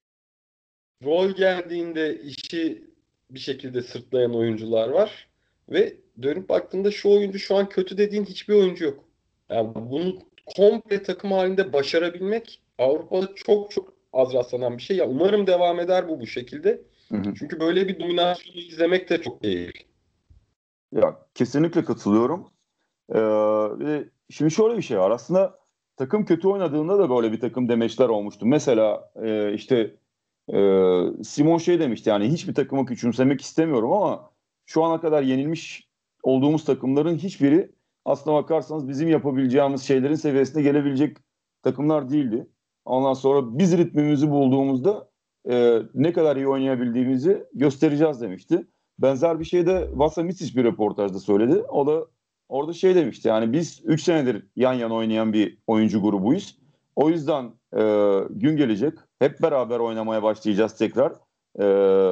Speaker 1: Rol geldiğinde işi bir şekilde sırtlayan oyuncular var. Ve dönüp baktığında şu oyuncu şu an kötü dediğin hiçbir oyuncu yok. Yani bunu komple takım halinde başarabilmek Avrupa'da çok çok az rastlanan bir şey. Ya umarım devam eder bu bu şekilde.
Speaker 2: Hı hı.
Speaker 1: Çünkü böyle bir dominasyonu izlemek de çok değil.
Speaker 2: Ya kesinlikle katılıyorum. Ee, ve şimdi şöyle bir şey var. Aslında takım kötü oynadığında da böyle bir takım demeçler olmuştu. Mesela e, işte e, Simon şey demişti, yani hiçbir takımı küçümsemek istemiyorum ama şu ana kadar yenilmiş olduğumuz takımların hiçbiri aslına bakarsanız bizim yapabileceğimiz şeylerin seviyesine gelebilecek takımlar değildi. Ondan sonra biz ritmimizi bulduğumuzda e, ne kadar iyi oynayabildiğimizi göstereceğiz demişti. Benzer bir şey de Vasa Micic bir röportajda söyledi. O da orada şey demişti, yani biz üç senedir yan yana oynayan bir oyuncu grubuyuz. O yüzden e, gün gelecek hep beraber oynamaya başlayacağız tekrar. E,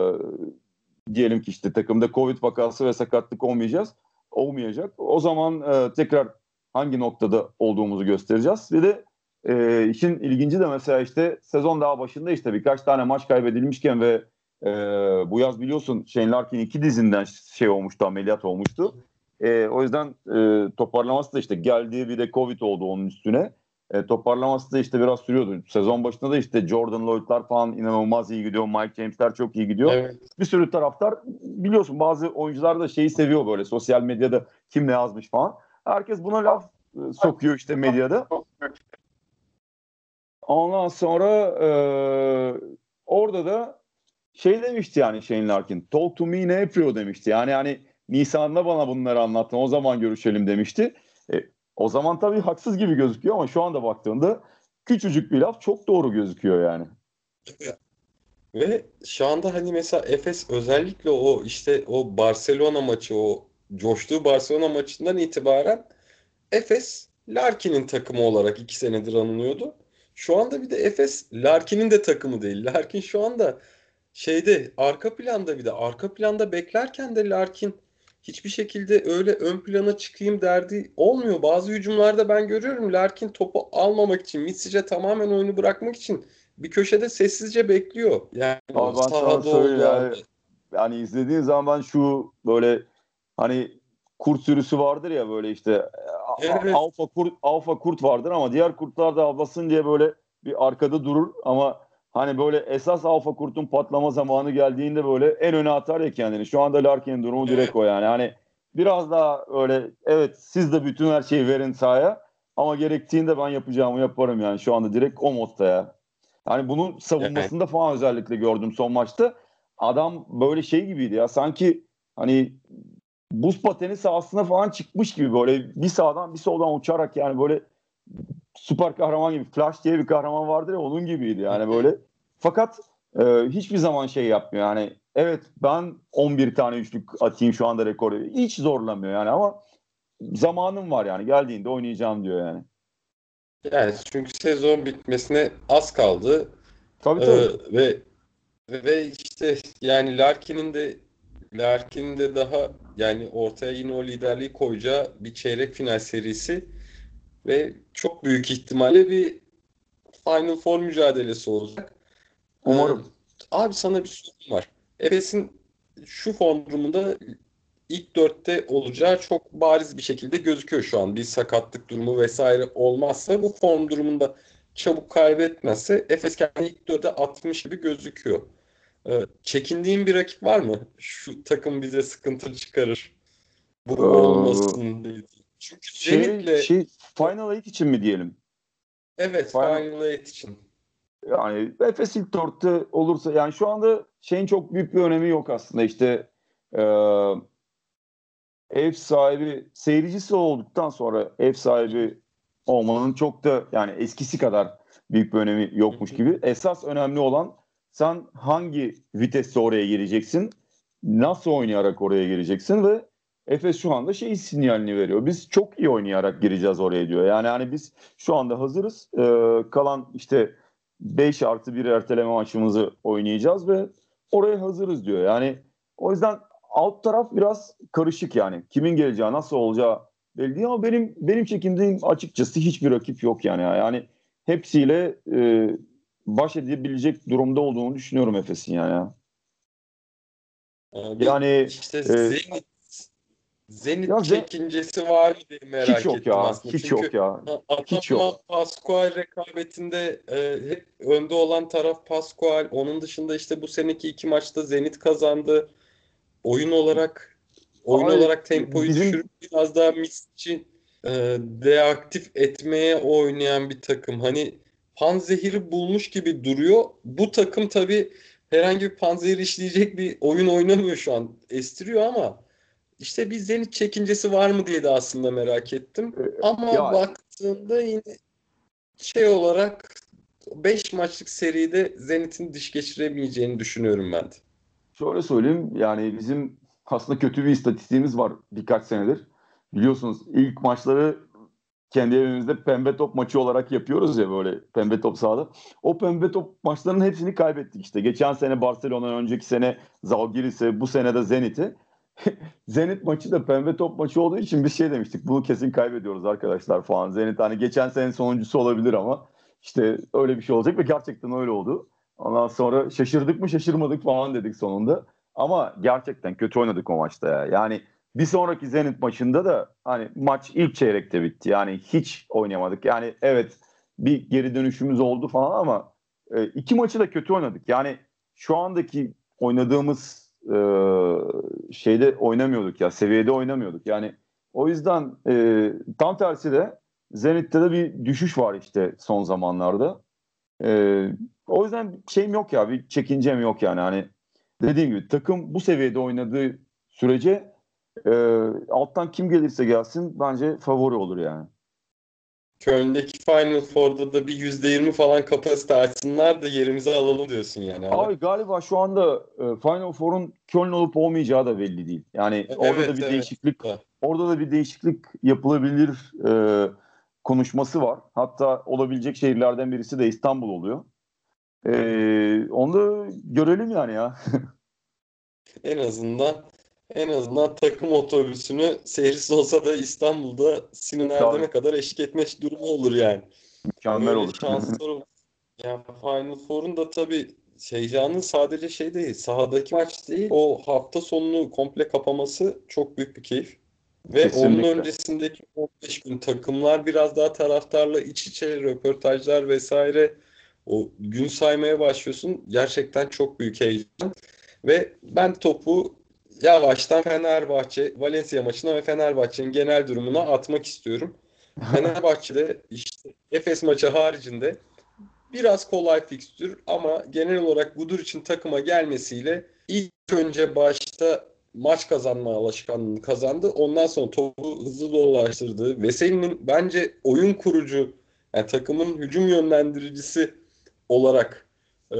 Speaker 2: diyelim ki işte takımda Covid vakası ve sakatlık olmayacağız, olmayacak. O zaman e, tekrar hangi noktada olduğumuzu göstereceğiz. Bir de e, işin ilginci de mesela işte sezon daha başında işte birkaç tane maç kaybedilmişken ve e, bu yaz biliyorsun Shane Larkin iki dizinden şey olmuştu, ameliyat olmuştu. E, o yüzden e, toparlaması da işte geldiği bir de Covid oldu onun üstüne. E, toparlaması da işte biraz sürüyordu. Sezon başında da işte Jordan Lloyd'lar falan inanılmaz iyi gidiyor. Mike James'ler çok iyi gidiyor.
Speaker 1: Evet.
Speaker 2: Bir sürü taraftar, biliyorsun bazı oyuncular da şeyi seviyor, böyle sosyal medyada kim ne yazmış falan. Herkes buna laf e, sokuyor işte medyada. Ondan sonra e, orada da şey demişti yani Shane Larkin. Talk to me in April demişti. Yani hani Nisan'da bana bunları anlattın, o zaman görüşelim demişti. E, o zaman tabii haksız gibi gözüküyor ama şu anda baktığında küçücük bir laf çok doğru gözüküyor yani.
Speaker 1: Ve şu anda hani mesela Efes özellikle o işte o Barcelona maçı, o coştuğu Barcelona maçından itibaren Efes Larkin'in takımı olarak iki senedir anılıyordu. Şu anda bir de Efes Larkin'in de takımı değil. Larkin şu anda şeyde arka planda, bir de arka planda beklerken de Larkin hiçbir şekilde öyle ön plana çıkayım derdi olmuyor. Bazı hücumlarda ben görüyorum Larkin topu almamak için, Mitsic'e tamamen oyunu bırakmak için bir köşede sessizce bekliyor. Yani o
Speaker 2: Ama ben sana
Speaker 1: sahada
Speaker 2: söyleyeyim
Speaker 1: olduğu halde.
Speaker 2: yani, yani izlediğin zaman şu böyle hani kurt sürüsü vardır ya, böyle işte a- a-
Speaker 1: Evet,
Speaker 2: alfa kurt alfa kurt vardır ama diğer kurtlar da avlasın diye böyle bir arkada durur ama hani böyle esas alfa kurtun patlama zamanı geldiğinde böyle en öne atar ya kendini. Şu anda Larkin'in durumu direkt
Speaker 1: evet.
Speaker 2: o yani. Hani biraz daha öyle, evet siz de bütün her şeyi verin sahaya ama gerektiğinde ben yapacağımı yaparım yani, şu anda direkt o modda ya. Yani bunun
Speaker 1: Yani
Speaker 2: savunmasında falan özellikle gördüm son maçta. Adam böyle şey gibiydi ya, sanki hani buz pateni sahasına falan çıkmış gibi, böyle bir sağdan bir soldan uçarak, yani böyle süper kahraman gibi. Flash diye bir kahraman vardır ya, onun gibiydi yani böyle. Fakat e, hiçbir zaman şey yapmıyor yani, evet ben on bir tane üçlük atayım şu anda rekoru. Hiç zorlamıyor yani ama zamanım var yani, geldiğinde oynayacağım diyor yani.
Speaker 1: yani çünkü sezon bitmesine az kaldı.
Speaker 2: Tabii
Speaker 1: Ee,
Speaker 2: tabii.
Speaker 1: ve ve işte yani Larkin'in de Larkin'in de daha yani ortaya yine o liderliği koyacağı bir çeyrek final serisi ve çok büyük ihtimalle bir Final Four mücadelesi olacak. Ee,
Speaker 2: Umarım.
Speaker 1: abi sana bir sorum var. Efes'in şu form durumunda ilk dörtte olacağı çok bariz bir şekilde gözüküyor şu an. Bir sakatlık durumu vesaire olmazsa, bu form durumunda çabuk kaybetmezse Efes kendini ilk dörde atmış gibi gözüküyor. Ee, çekindiğin bir rakip var mı? Şu takım bize sıkıntı çıkarır. Bu
Speaker 2: Ee,
Speaker 1: olmasın diye. Çünkü
Speaker 2: şey
Speaker 1: Zenit'le
Speaker 2: şey Final Eight için mi diyelim?
Speaker 1: evet
Speaker 2: Final,
Speaker 1: Final Eight için.
Speaker 2: yani Efes ilk dörtte olursa, yani şu anda şeyin çok büyük bir önemi yok aslında, işte e, ev sahibi seyircisi olduktan sonra ev sahibi olmanın çok da yani eskisi kadar büyük bir önemi yokmuş gibi. Esas önemli olan, sen hangi viteste oraya gireceksin, nasıl oynayarak oraya gireceksin ve Efes şu anda şey sinyalini veriyor. Biz çok iyi oynayarak gireceğiz oraya diyor. Yani hani biz şu anda hazırız. Ee, kalan işte beş artı bir erteleme maçımızı oynayacağız ve oraya hazırız diyor. Yani o yüzden alt taraf biraz karışık yani. Kimin geleceği, nasıl olacağı belli değil ama benim benim çekindiğim açıkçası hiçbir rakip yok yani. Yani hepsiyle e, baş edebilecek durumda olduğunu düşünüyorum Efes'in yani.
Speaker 1: Ee, bir
Speaker 2: Yani
Speaker 1: işte
Speaker 2: e,
Speaker 1: Zenit
Speaker 2: ya
Speaker 1: Zenit
Speaker 2: Ze-
Speaker 1: çekincesi var mı diye
Speaker 2: hiç
Speaker 1: merak
Speaker 2: yok
Speaker 1: ettim
Speaker 2: ya.
Speaker 1: aslında.
Speaker 2: Hiç yok
Speaker 1: Çünkü
Speaker 2: ya.
Speaker 1: ha,
Speaker 2: Hiç
Speaker 1: Atama
Speaker 2: yok.
Speaker 1: Pascual rekabetinde e, hep önde olan taraf Pascual. Onun dışında işte bu seneki iki maçta Zenit kazandı. Oyun olarak oyun
Speaker 2: Ay,
Speaker 1: olarak tempoyu
Speaker 2: bizim
Speaker 1: düşürüp biraz daha Misic'i e, deaktif etmeye oynayan bir takım. Hani panzehiri bulmuş gibi duruyor. Bu takım tabii herhangi bir panzehir işleyecek bir oyun oynamıyor şu an. Estiriyor ama işte bir Zenit çekincesi var mı diye de aslında merak ettim.
Speaker 2: e,
Speaker 1: Ama
Speaker 2: ya
Speaker 1: baktığında yine şey olarak beş maçlık seride Zenit'in diş geçiremeyeceğini düşünüyorum ben de.
Speaker 2: şöyle söyleyeyim, yani bizim aslında kötü bir istatistiğimiz var birkaç senedir. Biliyorsunuz ilk maçları kendi evimizde pembe top maçı olarak yapıyoruz ya, böyle pembe top sahada. O pembe top maçlarının hepsini kaybettik işte. Geçen sene Barcelona, önceki sene Zalgiris'e, bu sene de Zenit'i. Zenit maçı da pembe top maçı olduğu için bir şey demiştik. Bunu kesin kaybediyoruz arkadaşlar falan. Zenit hani geçen sene sonuncusu olabilir ama işte öyle bir şey olacak ve gerçekten öyle oldu. Ondan sonra şaşırdık mı şaşırmadık falan dedik sonunda. Ama gerçekten kötü oynadık o maçta ya. Yani bir sonraki Zenit maçında da hani maç ilk çeyrekte bitti. Yani hiç oynamadık. Yani evet, bir geri dönüşümüz oldu falan ama e, iki maçı da kötü oynadık. Yani şu andaki oynadığımız e, şeyde oynamıyorduk ya, seviyede oynamıyorduk. Yani o yüzden e, tam tersi de Zenit'te de bir düşüş var işte son zamanlarda. E, O yüzden şeyim yok ya, bir çekincem yok yani. Hani dediğim gibi takım bu seviyede oynadığı sürece e, alttan kim gelirse gelsin bence favori olur yani.
Speaker 1: Köln'deki Final Four'da da bir yüzde yirmi falan kapasite açsınlar da yerimizi alalım diyorsun yani abi.
Speaker 2: Abi galiba şu anda e, Final Four'un Köln olup olmayacağı da belli değil. Yani orada da
Speaker 1: Evet,
Speaker 2: bir
Speaker 1: evet.
Speaker 2: değişiklik orada da bir değişiklik yapılabilir e, konuşması var. Hatta olabilecek şehirlerden birisi de İstanbul oluyor. E, onu da görelim yani ya.
Speaker 1: En azından en azından takım otobüsünü seyircisi olsa da İstanbul'da Sinan
Speaker 2: Tabii,
Speaker 1: Erdem'e kadar eşlik etme durumu olur yani.
Speaker 2: mükemmel
Speaker 1: Öyle
Speaker 2: olur.
Speaker 1: şanslar olur. Yani Final Four'un da tabii heyecanı sadece şey değil, sahadaki maç değil, o hafta sonunu komple kapaması çok büyük bir keyif. Ve onun
Speaker 2: Kesinlikle.
Speaker 1: öncesindeki on beş gün takımlar biraz daha taraftarla iç içe röportajlar vesaire o gün saymaya başlıyorsun. Gerçekten çok büyük heyecan. Ve ben topu yavaştan Fenerbahçe, Valencia maçına ve Fenerbahçe'nin genel durumuna atmak istiyorum. Fenerbahçe'de işte Efes maçı haricinde biraz kolay fikstür ama genel olarak Budur için takıma gelmesiyle ilk önce başta maç kazanma alışkanlığını kazandı. Ondan sonra topu hızlı dolaştırdı. Veseli'nin bence oyun kurucu, yani takımın hücum yönlendiricisi olarak e,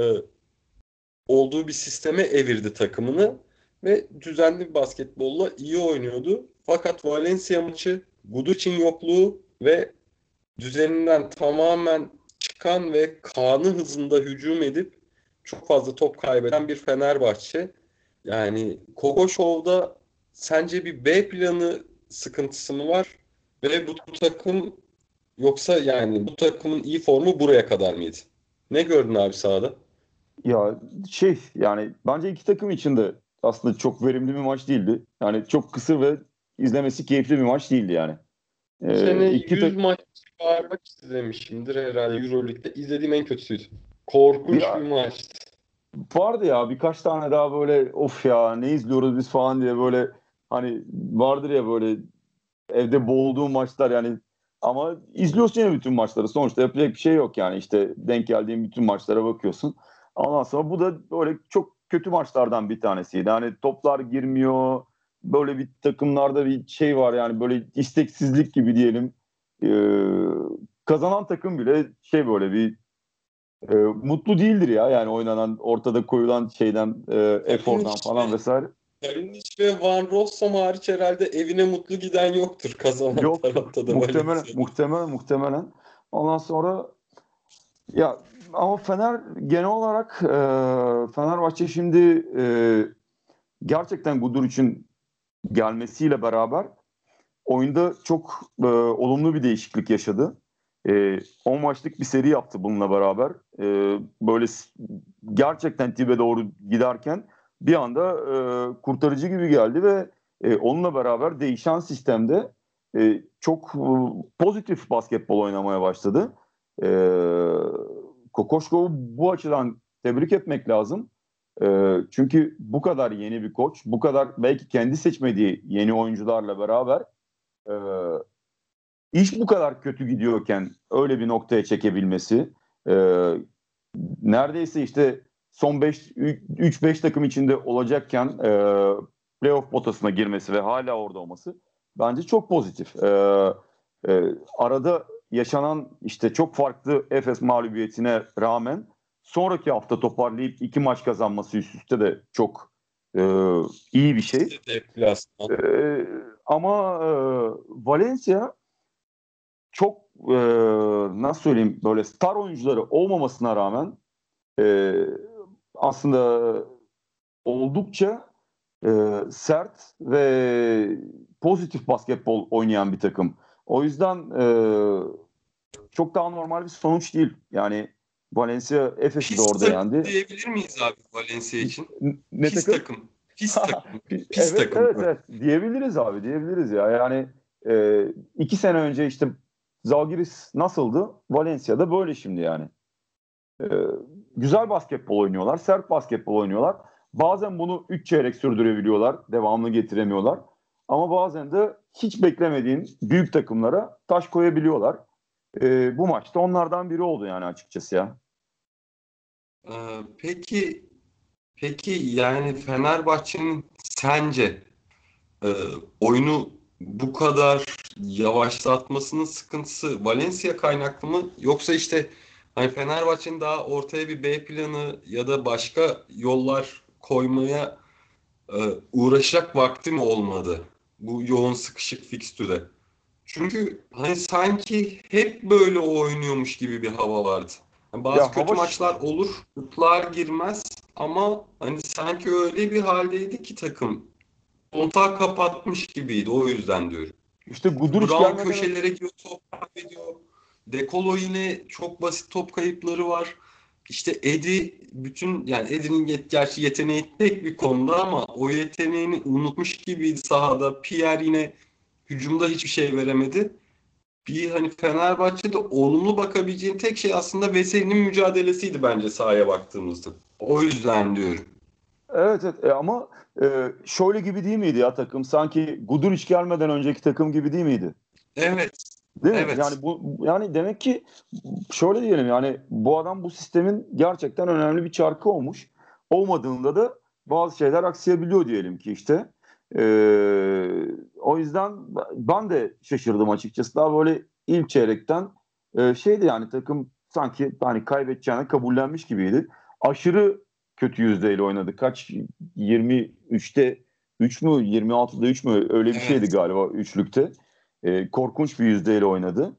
Speaker 1: olduğu bir sisteme evirdi takımını ve düzenli bir basketbolla iyi oynuyordu. Fakat Valencia maçı Gudic'in yokluğu ve düzeninden tamamen çıkan ve Kaan'ı hızında hücum edip çok fazla top kaybeden bir Fenerbahçe. Yani Kokoşov'da sence bir B planı sıkıntısı mı var? Ve bu takım yoksa yani bu takımın iyi formu buraya kadar mıydı? Ne gördün abi sahada?
Speaker 2: Ya şey yani bence iki takım için de aslında çok verimli bir maç değildi. Yani çok kısır ve izlemesi keyifli bir maç değildi yani.
Speaker 1: Bu
Speaker 2: Ee,
Speaker 1: sene
Speaker 2: iki
Speaker 1: yüz
Speaker 2: tak
Speaker 1: maç civarı izlemişimdir herhalde Euroleague'de. İzlediğim en kötüsüydü. Korkunç bir
Speaker 2: ya
Speaker 1: maçtı.
Speaker 2: vardı ya birkaç tane daha böyle of ya ne izliyoruz biz falan diye böyle hani vardır ya böyle evde boğulduğum maçlar yani ama izliyorsun ya bütün maçları. Sonuçta yapacak bir şey yok yani işte denk geldiğin bütün maçlara bakıyorsun. Ondan sonra bu da böyle çok kötü maçlardan bir tanesiydi. Hani toplar girmiyor. Böyle bir takımlarda bir şey var yani böyle isteksizlik gibi diyelim. Ee, Kazanan takım bile şey böyle bir e, mutlu değildir ya yani oynanan ortada koyulan şeyden e, efordan
Speaker 1: Kalinic
Speaker 2: falan
Speaker 1: ve
Speaker 2: vesaire.
Speaker 1: Kalinic ve Van Rossum hariç herhalde evine mutlu giden yoktur kazanan
Speaker 2: Yoktur.
Speaker 1: tarafta da
Speaker 2: Muhtemelen,
Speaker 1: Valencia'da.
Speaker 2: muhtemelen, muhtemelen. Ondan sonra ya ama Fener genel olarak e, Fenerbahçe şimdi e, gerçekten Gudur için gelmesiyle beraber oyunda çok e, olumlu bir değişiklik yaşadı. E, on maçlık bir seri yaptı bununla beraber. E, böyle s- gerçekten dibe doğru giderken bir anda e, kurtarıcı gibi geldi ve e, onunla beraber değişen sistemde e, çok e, pozitif basketbol oynamaya başladı. E, Kokoşkov'u bu açıdan tebrik etmek lazım. E, çünkü bu kadar yeni bir koç, bu kadar belki kendi seçmediği yeni oyuncularla beraber e, iş bu kadar kötü gidiyorken öyle bir noktaya çekebilmesi e, neredeyse işte son beş üç beş takım içinde olacakken e, playoff potasına girmesi ve hala orada olması bence çok pozitif. E, e, Arada yaşanan işte çok farklı Efes mağlubiyetine rağmen sonraki hafta toparlayıp iki maç kazanması üst üste de çok e, iyi bir şey.
Speaker 1: İşte deplasman.
Speaker 2: E, Ama e, Valencia çok e, nasıl söyleyeyim böyle star oyuncuları olmamasına rağmen e, aslında oldukça e, sert ve pozitif basketbol oynayan bir takım. O yüzden e, çok daha normal bir sonuç değil. Yani Valencia Efes'i de
Speaker 1: Pis
Speaker 2: orada
Speaker 1: takım
Speaker 2: yendi.
Speaker 1: diyebilir miyiz abi Valencia için?
Speaker 2: Ne
Speaker 1: Pis
Speaker 2: takım?
Speaker 1: takım. Pis takım. Pis
Speaker 2: Evet,
Speaker 1: takım.
Speaker 2: evet, evet. Diyebiliriz abi, diyebiliriz ya. Yani e, iki sene önce işte Zalgiris nasıldı? Valencia'da böyle şimdi yani. Ee, güzel basketbol oynuyorlar, sert basketbol oynuyorlar. Bazen bunu üç çeyrek sürdürebiliyorlar, devamını getiremiyorlar. Ama bazen de hiç beklemediğin büyük takımlara taş koyabiliyorlar. Ee, bu maçta onlardan biri oldu yani açıkçası ya.
Speaker 1: Ee, peki peki yani Fenerbahçe'nin sence e, oyunu bu kadar yavaşlatmasının sıkıntısı Valencia kaynaklı mı? Yoksa işte hani Fenerbahçe'nin daha ortaya bir B planı ya da başka yollar koymaya e, uğraşacak vakti mi olmadı bu yoğun sıkışık fikstüre? Çünkü hani sanki hep böyle oynuyormuş gibi bir hava vardı. Yani bazı
Speaker 2: Ya
Speaker 1: kötü
Speaker 2: hava
Speaker 1: maçlar olur, şutlar girmez ama hani sanki öyle bir haldeydi ki takım kontağı kapatmış gibiydi, o yüzden diyorum.
Speaker 2: işte
Speaker 1: Çünkü
Speaker 2: Guduric
Speaker 1: Brown
Speaker 2: gelmeden
Speaker 1: köşelere giriyor, top kaybediyor. Dekolo yine çok basit top kayıpları var. İşte Eddie bütün yani Eddie'nin yet, gerçi yeteneği tek bir konuda ama o yeteneğini unutmuş gibiydi sahada. Pierre yine hücumda hiçbir şey veremedi. Bir hani Fenerbahçe'de olumlu bakabileceğin tek şey aslında Veseli'nin mücadelesiydi bence sahaya baktığımızda. O yüzden diyorum.
Speaker 2: evet, evet. E, ama e, şöyle gibi değil miydi ya takım? Sanki Guduric gelmeden önceki takım gibi değil miydi?
Speaker 1: Evet.
Speaker 2: Değil mi?
Speaker 1: Evet.
Speaker 2: Yani bu yani demek ki şöyle diyelim yani bu adam bu sistemin gerçekten önemli bir çarkı olmuş. Olmadığında da bazı şeyler aksayabiliyor diyelim ki işte. Ee, o yüzden ben de şaşırdım açıkçası. Daha böyle ilk çeyrekten e, şeydi yani takım sanki hani kaybedeceğini kabullenmiş gibiydi. Aşırı kötü yüzdeyle oynadı. Kaç yirmi üçte üç mü yirmi altıda üç mü öyle bir şeydi
Speaker 1: Evet.
Speaker 2: galiba üçlükte. E, korkunç bir yüzdeyle oynadı.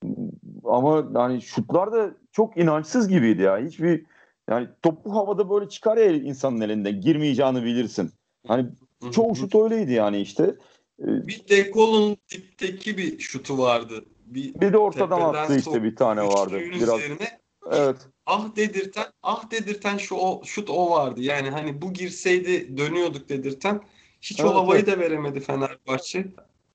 Speaker 2: Ama yani şutlar da çok inançsız gibiydi ya. Hiçbir yani topu havada böyle çıkar ya insanın elinde girmeyeceğini bilirsin. Hani
Speaker 1: Hı
Speaker 2: çoğu
Speaker 1: hı.
Speaker 2: şut öyleydi yani işte. E,
Speaker 1: Bir Dekol'un dipteki bir şutu vardı. Bir
Speaker 2: bir de ortadan
Speaker 1: tepeden
Speaker 2: attı işte bir
Speaker 1: soktu
Speaker 2: tane vardı.
Speaker 1: üçlüğün
Speaker 2: Biraz
Speaker 1: üzerine. Bir
Speaker 2: evet.
Speaker 1: ah dedirten, ah dedirten şu o, şut o vardı. Yani hani bu girseydi dönüyorduk dedirten. Hiç o
Speaker 2: Evet,
Speaker 1: havayı
Speaker 2: evet.
Speaker 1: da veremedi Fenerbahçe.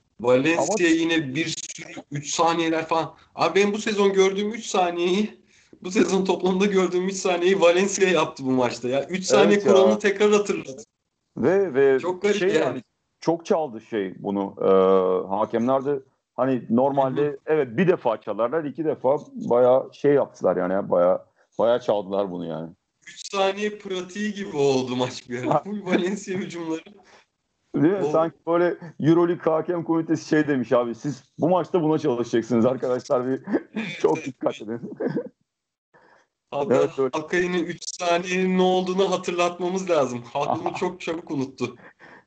Speaker 2: Ama
Speaker 1: Valencia yine bir sürü üç saniyeler falan. Abi benim bu sezon gördüğüm üç saniyeyi bu sezon toplamda gördüğüm üç saniyeyi Valencia yaptı bu maçta ya. Üç saniye
Speaker 2: evet
Speaker 1: kuralını
Speaker 2: ya.
Speaker 1: tekrar hatırladı.
Speaker 2: Ve ve
Speaker 1: Çok garip
Speaker 2: şey
Speaker 1: yani.
Speaker 2: yani çok çaldı şey bunu. Ee, hakemler de hani
Speaker 1: Hı hı.
Speaker 2: normalde evet bir defa çalarlar, iki defa bayağı şey yaptılar yani bayağı bayağı çaldılar bunu yani.
Speaker 1: üç saniye pratiği gibi oldu maç bir ara. Full Valencia hücumları.
Speaker 2: Değil mi?
Speaker 1: O
Speaker 2: Sanki böyle Euroleague hakem komitesi şey demiş abi siz bu maçta buna çalışacaksınız arkadaşlar bir
Speaker 1: evet,
Speaker 2: çok
Speaker 1: evet.
Speaker 2: dikkat edin.
Speaker 1: Hatta
Speaker 2: Evet öyle.
Speaker 1: Hakkari'nin üç saniyenin ne olduğunu hatırlatmamız lazım. Halk bunu çok çabuk unuttu.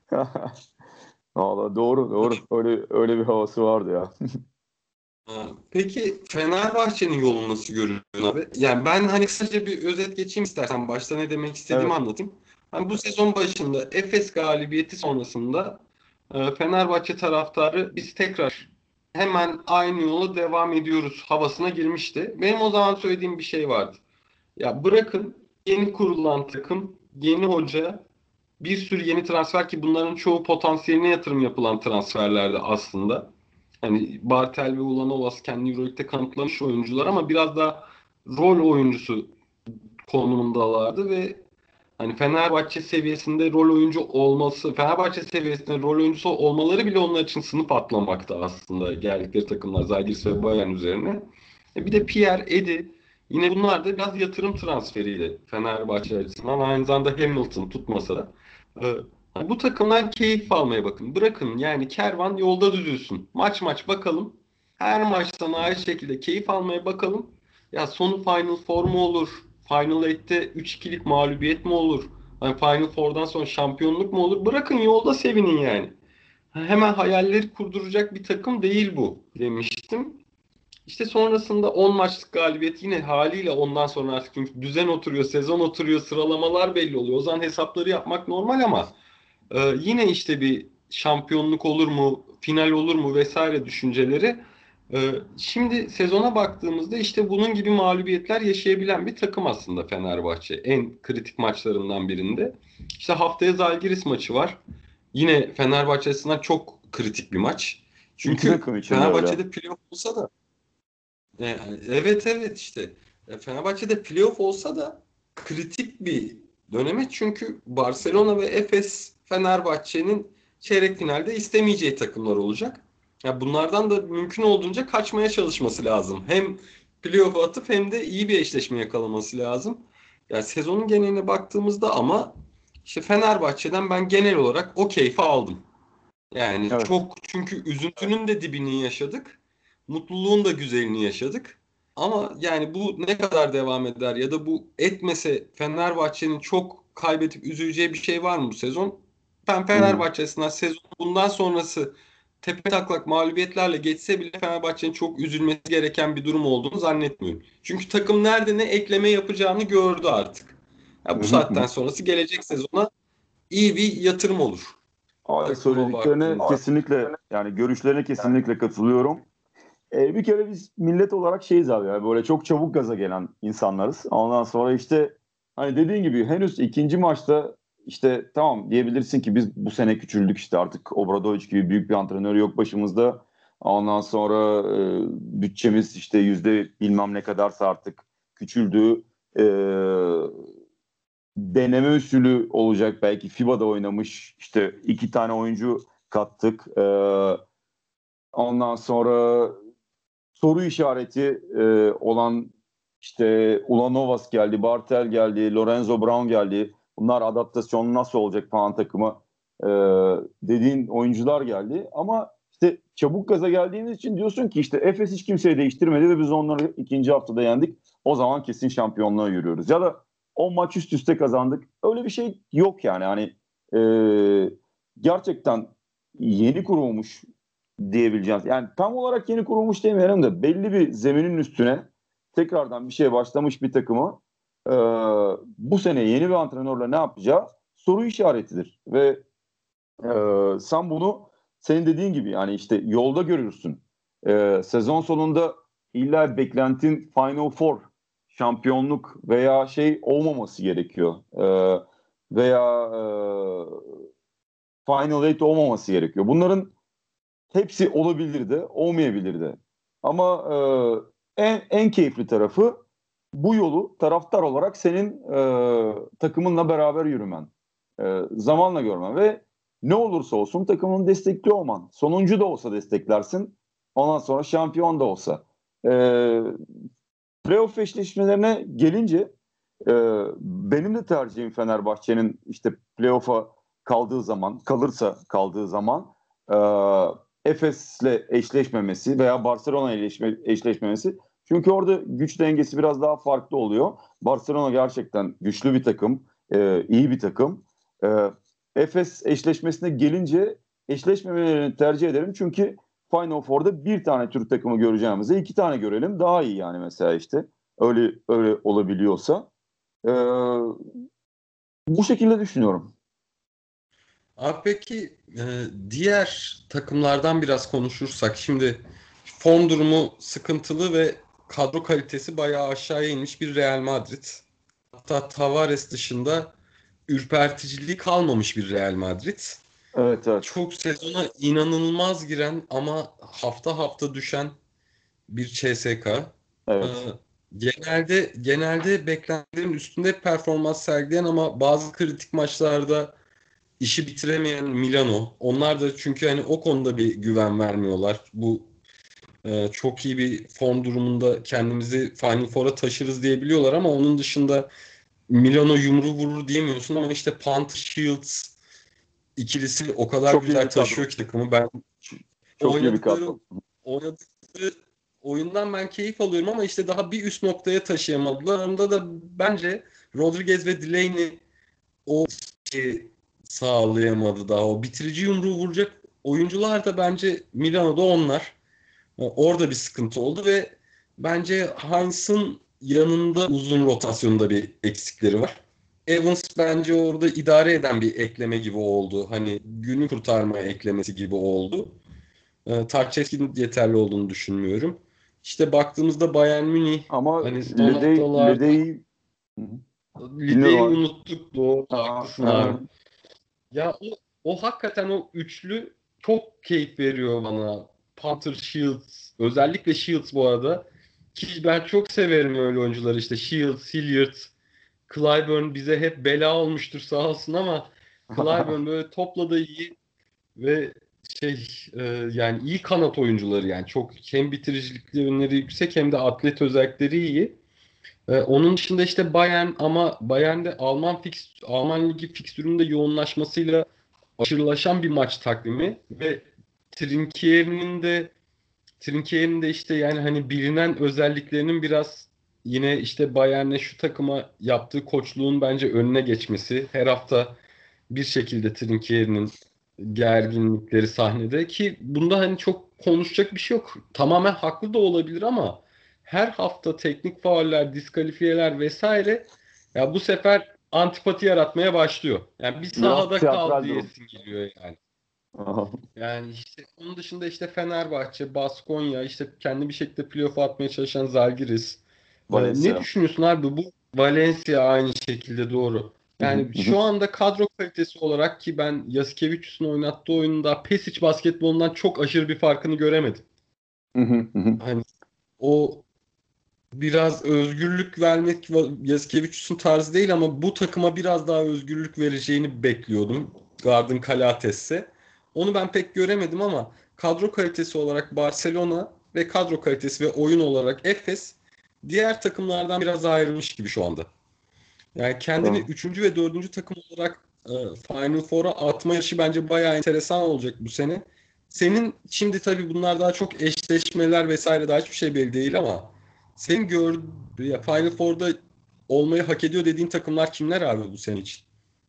Speaker 2: Valla doğru doğru öyle öyle bir havası vardı ya.
Speaker 1: Ha, peki Fenerbahçe'nin yolunu nasıl görüyorsun abi? Yani ben hani kısaca bir özet geçeyim istersen. Başta ne demek istediğimi
Speaker 2: Evet.
Speaker 1: anlatayım. Hani bu sezon başında Efes galibiyeti sonrasında e, Fenerbahçe taraftarı biz tekrar hemen aynı yola devam ediyoruz havasına girmişti. Benim o zaman söylediğim bir şey vardı. Ya bırakın yeni kurulan takım, yeni hoca, bir sürü yeni transfer ki bunların çoğu potansiyeline yatırım yapılan transferlerdi aslında. Hani Bartel ve Ulanovas kendi Euroleague'de kanıtlamış oyuncular ama biraz da rol oyuncusu konumundalardı ve hani Fenerbahçe seviyesinde rol oyuncu olması, Fenerbahçe seviyesinde rol oyuncusu olmaları bile onlar için sınıf atlamaktı aslında geldikleri takımlar Zalgiris ve Bayern üzerine. E bir de Pierre, Edi yine bunlar da biraz yatırım transferiydi Fenerbahçe açısından. Aynı zamanda Hamilton tutmasa da. E, hani bu takımdan keyif almaya bakın. Bırakın yani kervan yolda düzülsün. Maç maç bakalım. Her maçtan aynı şekilde keyif almaya bakalım. Ya sonu Final Four mu olur? Final Eight'te üç ikilik mağlubiyet mi olur? Hani Final Four'dan sonra şampiyonluk mu olur? Bırakın yolda sevinin yani. Hemen hayalleri kurduracak bir takım değil bu demiştim. İşte sonrasında on maçlık galibiyet yine haliyle ondan sonra artık çünkü düzen oturuyor, sezon oturuyor, sıralamalar belli oluyor. O zaman hesapları yapmak normal ama e, yine işte bir şampiyonluk olur mu, final olur mu vesaire düşünceleri. E, şimdi sezona baktığımızda işte bunun gibi mağlubiyetler yaşayabilen bir takım aslında Fenerbahçe. En kritik maçlarından birinde. İşte haftaya Zalgiris maçı var. Yine Fenerbahçe açısından çok kritik bir maç.
Speaker 2: İki
Speaker 1: Çünkü
Speaker 2: takım için de öyle.
Speaker 1: Fenerbahçe'de playoff olsa da E, evet evet işte. E, Fenerbahçe'de playoff olsa da kritik bir döneme, çünkü Barcelona ve Efes Fenerbahçe'nin çeyrek finalde istemeyeceği takımlar olacak. Ya bunlardan da mümkün olduğunca kaçmaya çalışması lazım. Hem playoff'a atıp hem de iyi bir eşleşme yakalaması lazım. Ya sezonun geneline baktığımızda ama işte Fenerbahçe'den ben genel olarak o keyfi aldım. Yani
Speaker 2: Evet.
Speaker 1: çok, çünkü üzüntünün de dibini yaşadık. Mutluluğun da güzelini yaşadık. Ama yani bu ne kadar devam eder ya da bu etmese Fenerbahçe'nin çok kaybedip üzüleceği bir şey var mı bu sezon? Ben
Speaker 2: Hı hı.
Speaker 1: Fenerbahçe açısından sezon bundan sonrası tepe taklak mağlubiyetlerle geçse bile Fenerbahçe'nin çok üzülmesi gereken bir durum olduğunu zannetmiyorum. Çünkü takım nerede ne ekleme yapacağını gördü artık.
Speaker 2: Hı
Speaker 1: Ya bu
Speaker 2: hı. Hı
Speaker 1: saatten
Speaker 2: hı.
Speaker 1: sonrası gelecek sezona iyi bir yatırım olur
Speaker 2: Abi
Speaker 1: takıma
Speaker 2: söylediklerine
Speaker 1: baktığımızda.
Speaker 2: kesinlikle yani görüşlerine kesinlikle katılıyorum. E, bir kere biz millet olarak şeyiz abi ya böyle çok çabuk gaza gelen insanlarız. Ondan sonra işte hani dediğin gibi henüz ikinci maçta işte tamam diyebilirsin ki biz bu sene küçüldük işte artık Obradoviç gibi büyük bir antrenör yok başımızda. Ondan sonra e, bütçemiz işte yüzde bilmem ne kadarsa artık küçüldü. E, deneme usulü olacak belki FIBA'da oynamış işte iki tane oyuncu kattık. E, ondan sonra soru işareti e, olan işte Ulanovas geldi, Bartel geldi, Lorenzo Brown geldi. Bunlar adaptasyon nasıl olacak falan takımı e, dediğin oyuncular geldi. Ama işte çabuk gaza geldiğiniz için diyorsun ki işte Efes hiç kimseyi değiştirmedi ve biz onları ikinci haftada yendik. O zaman kesin şampiyonluğa yürüyoruz. Ya da o maç üst üste kazandık. Öyle bir şey yok yani. Hani e, gerçekten yeni kurulmuş diyebileceğiz. Yani tam olarak yeni kurulmuş demeyelim de belli bir zeminin üstüne tekrardan bir şeye başlamış bir takımı e, bu sene yeni bir antrenörle ne yapacağı soru işaretidir. Ve e, sen bunu senin dediğin gibi yani işte yolda görürsün. E, sezon sonunda illa beklentin Final Four, şampiyonluk veya şey olmaması gerekiyor. E, veya e, Final Eight olmaması gerekiyor. Bunların hepsi olabilirdi, olmayabilirdi. Ama e, en en keyifli tarafı bu yolu taraftar olarak senin e, takımınla beraber yürümen, e, zamanla görmen ve ne olursa olsun takımın destekli olman. Sonuncu da olsa desteklersin, ondan sonra şampiyon da olsa. E, playoff eşleşmelerine gelince e, benim de tercihim Fenerbahçe'nin işte playoff'a kaldığı zaman, kalırsa kaldığı zaman e, Efes'le eşleşmemesi veya Barcelona ile eşleşme, eşleşmemesi. Çünkü orada güç dengesi biraz daha farklı oluyor. Barcelona gerçekten güçlü bir takım, e, iyi bir takım. E, Efes eşleşmesine gelince eşleşmemelerini tercih ederim. Çünkü Final Four'da bir tane Türk takımı göreceğimize iki tane görelim. Daha iyi yani mesela işte. Öyle öyle olabiliyorsa. Ee, bu şekilde düşünüyorum.
Speaker 1: Abi peki e, diğer takımlardan biraz konuşursak, şimdi form durumu sıkıntılı ve kadro kalitesi bayağı aşağıya inmiş bir Real Madrid. Hatta Tavares dışında ürperticiliği kalmamış bir Real Madrid.
Speaker 2: Evet, evet.
Speaker 1: Çok sezona inanılmaz giren ama hafta hafta düşen bir C S K. Ee,
Speaker 2: Evet.
Speaker 1: genelde genelde beklentilerin üstünde performans sergileyen ama bazı kritik maçlarda işi bitiremeyen Milano. Onlar da çünkü hani o konuda bir güven vermiyorlar. Bu e, çok iyi bir form durumunda kendimizi Final Four'a taşırız diyebiliyorlar ama onun dışında Milano yumru vurur diyemiyorsun, ama işte Panther Shields ikilisi o kadar
Speaker 2: Çok iyi
Speaker 1: güzel
Speaker 2: bir kadro.
Speaker 1: taşıyor ki takımı. Ben
Speaker 2: Ç- Çok iyi bir
Speaker 1: oynadıkları
Speaker 2: kadro.
Speaker 1: oynadıkları oyundan ben keyif alıyorum ama işte daha bir üst noktaya taşıyamadılar. Onda da bence Rodriguez ve Delaney o şeyi sağlayamadı daha. O bitirici yumruğu vuracak oyuncular da bence Milano'da onlar. Orada bir sıkıntı oldu ve bence Hans'ın yanında uzun rotasyonda bir eksikleri var. Evans bence orada idare eden bir ekleme gibi oldu. Hani günü kurtarma eklemesi gibi oldu. E, Tarçevski'nin yeterli olduğunu düşünmüyorum. İşte baktığımızda Bayern Münih
Speaker 2: Ama
Speaker 1: hani son
Speaker 2: Lede,
Speaker 1: haftalarda
Speaker 2: Lede'yi Hı hı. Dinliyorum
Speaker 1: Lide'yi
Speaker 2: abi.
Speaker 1: unuttuk. Doğru,
Speaker 2: Aha,
Speaker 1: haklısın abi.
Speaker 2: aha.
Speaker 1: Ya o, o hakikaten o üçlü çok keyif veriyor bana. Panther Shields, özellikle Shields bu arada. Ki ben çok severim öyle oyuncuları, işte Shields, Hilliard, Clyburn bize hep bela olmuştur sağ olsun ama Clyburn böyle topla da iyi ve şey e, yani iyi kanat oyuncuları, yani çok hem bitiricilikleri yönleri yüksek hem de atlet özellikleri iyi. E, onun dışında işte Bayern, ama Bayern'de Alman fix, Alman ligi fikstüründe yoğunlaşmasıyla aşırılaşan bir maç takvimi ve Trinkier'in de Trinkier'in de işte yani hani bilinen özelliklerinin biraz yine işte Bayern'e, şu takıma yaptığı koçluğun bence önüne geçmesi. Her hafta bir şekilde Trinkier'in gerginlikleri sahnede, ki bunda hani çok konuşacak bir şey yok. Tamamen haklı da olabilir ama her hafta teknik fauller, diskalifiyeler vesaire ya bu sefer antipati yaratmaya başlıyor. Yani bir
Speaker 2: Biraz
Speaker 1: sahada kal
Speaker 2: tiyatral durum.
Speaker 1: diyesin geliyor yani.
Speaker 2: Aha.
Speaker 1: Yani işte onun dışında işte Fenerbahçe, Baskonya, işte kendi bir şekilde playoff'a atmaya çalışan Zalgiris. Ee, ne
Speaker 2: Valencia.
Speaker 1: düşünüyorsun abi? Bu Valencia aynı şekilde, doğru.
Speaker 2: Hı hı,
Speaker 1: Yani
Speaker 2: hı hı.
Speaker 1: şu anda kadro kalitesi olarak, ki ben Jasikevicius'un oynattığı oyunda Pesic basketbolundan çok aşırı bir farkını göremedim.
Speaker 2: Hı hı, hı hı.
Speaker 1: Hani o biraz özgürlük vermek Jasikevicius'un tarzı değil ama bu takıma biraz daha özgürlük vereceğini bekliyordum Gardın Calates'e. Onu ben pek göremedim ama kadro kalitesi olarak Barcelona ve kadro kalitesi ve oyun olarak Efes diğer takımlardan biraz ayrılmış gibi şu anda. Yani kendini
Speaker 2: Aa.
Speaker 1: üçüncü ve dördüncü takım olarak e, Final Four'a atma yarışı bence bayağı enteresan olacak bu sene. Senin şimdi tabii bunlar daha çok eşleşmeler vesaire, daha hiçbir şey belli değil ama senin gör ya Final Four'da olmayı hak ediyor dediğin takımlar kimler abi bu sene için?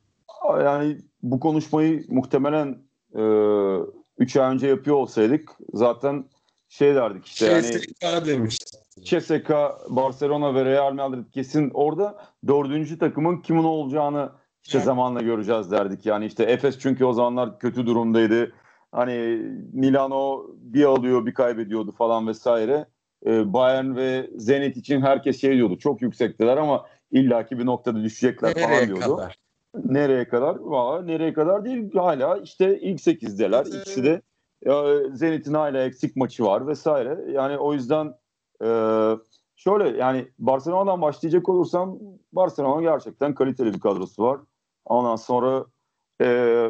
Speaker 2: Yani bu konuşmayı muhtemelen e, üç ay önce yapıyor olsaydık zaten şey derdik işte yani
Speaker 1: C S K demiş.
Speaker 2: C S K, Barcelona ve Real Madrid kesin orada dördüncü takımın kimin olacağını işte zamanla göreceğiz derdik. Yani işte Efes çünkü o zamanlar kötü durumdaydı. Hani Milano bir alıyor bir kaybediyordu falan vesaire. Ee, Bayern ve Zenit için herkes şey diyordu, çok yüksektiler ama illaki bir noktada düşecekler falan
Speaker 1: Nereye
Speaker 2: diyordu.
Speaker 1: kadar?
Speaker 2: Nereye kadar? Valla nereye kadar değil, hala işte ilk sekizdeler.
Speaker 1: Evet,
Speaker 2: İkisi
Speaker 1: evet.
Speaker 2: de e, Zenit'in hala eksik maçı var vesaire. Yani o yüzden e, şöyle yani Barcelona'dan başlayacak olursam Barcelona gerçekten kaliteli bir kadrosu var. Ondan sonra e,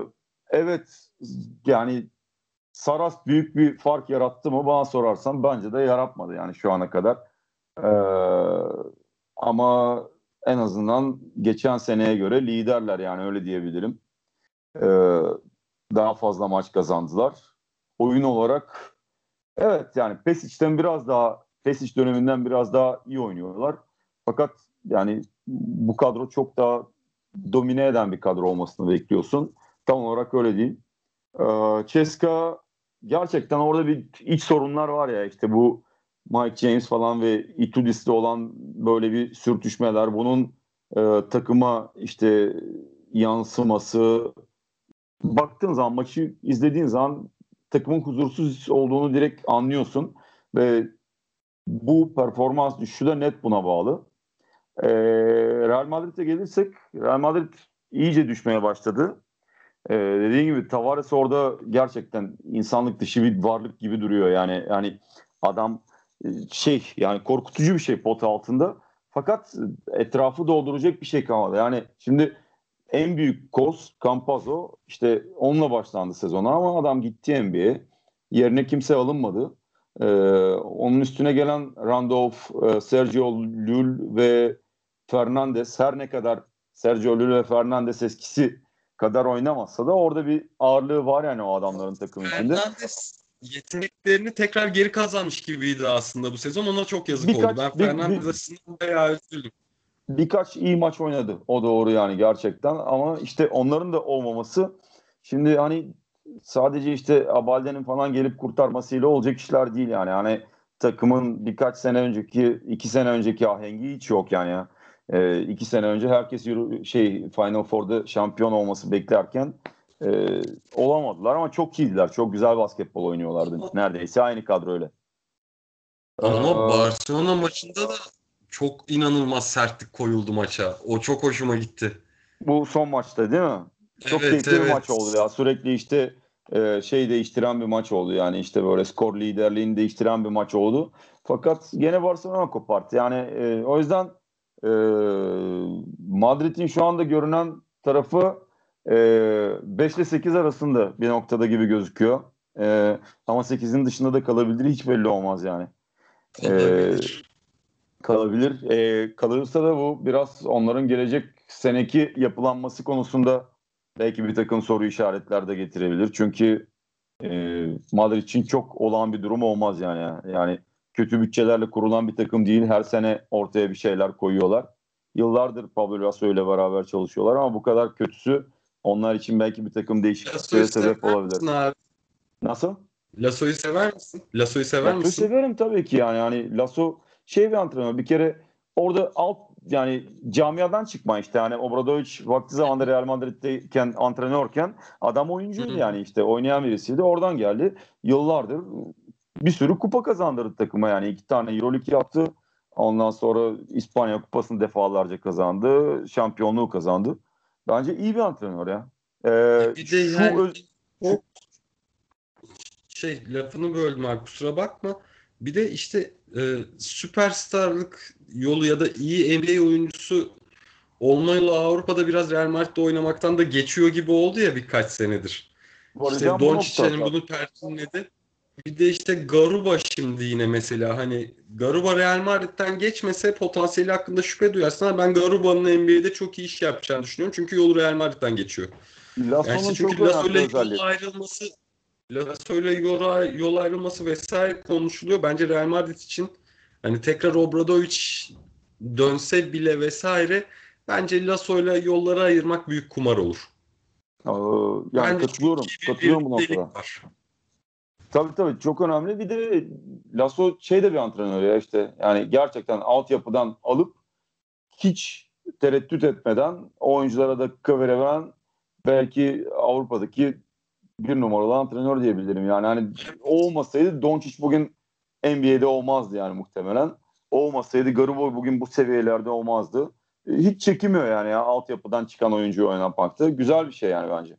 Speaker 2: evet yani Saras büyük bir fark yarattı mı bana sorarsan bence de yaratmadı yani şu ana kadar. E, ama en azından geçen seneye göre liderler yani öyle diyebilirim. E, daha fazla maç kazandılar. Oyun olarak evet yani Pesic'ten biraz daha Pesic döneminden biraz daha iyi oynuyorlar. Fakat yani bu kadro çok daha domine eden bir kadro olmasını bekliyorsun. Tam olarak öyle değil. Ee, Ceska gerçekten orada bir iç sorunlar var ya işte bu Mike James falan ve Itudis'te olan böyle bir sürtüşmeler, bunun e, takıma işte yansıması, baktığın zaman maçı izlediğin zaman takımın huzursuz olduğunu direkt anlıyorsun ve bu performans düşüşü de net buna bağlı. Ee, Real Madrid'e gelirsek Real Madrid iyice düşmeye başladı. Ee, dediğim gibi Tavares orada gerçekten insanlık dışı bir varlık gibi duruyor yani yani adam e, şey yani korkutucu bir şey pot altında fakat etrafı dolduracak bir şey kalmadı. Yani şimdi en büyük koz Campazzo. İşte onunla başlandı sezona ama adam gitti N B A'ye. Yerine kimse alınmadı. Ee, onun üstüne gelen Randolph, e, Sergio Llull ve Fernandes, her ne kadar Sergio Llull ve Fernandes eskisi kadar oynamasa da orada bir ağırlığı var yani o adamların takım içinde.
Speaker 1: Fernandes yeteneklerini tekrar geri kazanmış gibiydi aslında bu sezon. Ona çok yazık oldu. Ben
Speaker 2: Birkaç bir, bir,
Speaker 1: Fernandes açısından bayağı üzüldüm.
Speaker 2: birkaç iyi maç oynadı. O doğru yani gerçekten ama işte onların da olmaması şimdi hani sadece işte Abalde'nin falan gelip kurtarmasıyla olacak işler değil yani. Hani takımın birkaç sene önceki, iki sene önceki ahengi hiç yok yani. Ya. Ee, iki sene önce herkes Euro- şey Final Four'da şampiyon olması beklerken e, olamadılar ama çok iyiydiler. Çok güzel basketbol oynuyorlardı. Neredeyse aynı kadroyla.
Speaker 1: Ama
Speaker 2: Ee,
Speaker 1: Barcelona maçında da çok inanılmaz sertlik koyuldu maça. O çok hoşuma gitti.
Speaker 2: Bu son maçta değil mi? Çok
Speaker 1: Evet,
Speaker 2: keyifli bir maç
Speaker 1: evet.
Speaker 2: oldu ya. Sürekli işte e, şey değiştiren bir maç oldu. Yani işte böyle skor liderliğini değiştiren bir maç oldu. Fakat gene Barcelona koparttı. Yani e, o yüzden e, Madrid'in şu anda görünen tarafı e, beş ile sekiz arasında bir noktada gibi gözüküyor. E, ama sekizin dışında da kalabilir. Hiç belli olmaz yani. E,
Speaker 1: Olabilir.
Speaker 2: kalabilir. E, kalırsa da bu biraz onların gelecek seneki yapılanması konusunda belki bir takım soru işaretler de getirebilir. Çünkü e, Madrid için çok olağan bir durum olmaz yani. Yani kötü bütçelerle kurulan bir takım değil. Her sene ortaya bir şeyler koyuyorlar. Yıllardır Pablo Lasso ile beraber çalışıyorlar ama bu kadar kötüsü onlar için belki bir takım
Speaker 1: Lasso'yu
Speaker 2: değişikliklere sebep
Speaker 1: sever
Speaker 2: olabilir.
Speaker 1: misin abi?
Speaker 2: Nasıl?
Speaker 1: Lasso'yu sever misin? Lasso'yu sever
Speaker 2: Lasso'yu
Speaker 1: misin?
Speaker 2: severim tabii ki yani. Yani Lasso şey bir antrenör. Bir kere orada alt yani camiadan çıkma işte. Yani Obradovic vakti zamanında Real Madrid'deyken antrenörken adam
Speaker 1: Hı
Speaker 2: oyuncuydu
Speaker 1: hı.
Speaker 2: yani işte oynayan birisiydi. Oradan geldi. Yıllardır bir sürü kupa kazandırdı takıma yani. iki tane Euroleague yaptı. Ondan sonra İspanya Kupası'nı defalarca kazandı. Şampiyonluğu kazandı. Bence iyi bir antrenör ya. Ee,
Speaker 1: E bir de
Speaker 2: şu,
Speaker 1: yani
Speaker 2: öz- şu
Speaker 1: çok şey lafını böldüm abi kusura bakma. Bir de işte e, süperstarlık yolu ya da iyi N B A oyuncusu olma yolu Avrupa'da biraz Real Madrid'de oynamaktan da geçiyor gibi oldu ya birkaç senedir. İşte
Speaker 2: varacağım bu
Speaker 1: Doncic
Speaker 2: nokta
Speaker 1: hani bunu perçinledi. Bir de işte Garuba şimdi yine mesela hani Garuba Real Madrid'den geçmese potansiyeli hakkında şüphe duyarsın ama ben Garuba'nın N B A'de çok iyi iş yapacağını düşünüyorum. Çünkü yolu Real Madrid'den geçiyor. Yani işte
Speaker 2: Lasso'nun çok
Speaker 1: çünkü
Speaker 2: önemli
Speaker 1: Lasso'yla yol
Speaker 2: özelliği.
Speaker 1: ayrılması Lasso'yla yol, yol ayrılması vesaire konuşuluyor. Bence Real Madrid için hani tekrar Obradovic dönse bile vesaire bence Lasso'yla yolları ayırmak büyük kumar olur.
Speaker 2: Ee, yani
Speaker 1: Bence çok
Speaker 2: katılıyorum.
Speaker 1: iyi bir
Speaker 2: Katılıyorum bu
Speaker 1: birliktelik
Speaker 2: noktada.
Speaker 1: var.
Speaker 2: Tabii tabii çok önemli. Bir de Lasso şey de bir antrenör ya işte. Yani gerçekten altyapıdan alıp hiç tereddüt etmeden o oyunculara dakika veren belki Avrupa'daki bir numaralı antrenör diyebilirim. Yani hani o olmasaydı Doncic bugün N B A'de olmazdı yani muhtemelen. O olmasaydı Garuba bugün bu seviyelerde olmazdı. E, Hiç çekinmiyor yani ya altyapıdan çıkan oyuncuyu oynatmakta. Güzel bir şey yani bence.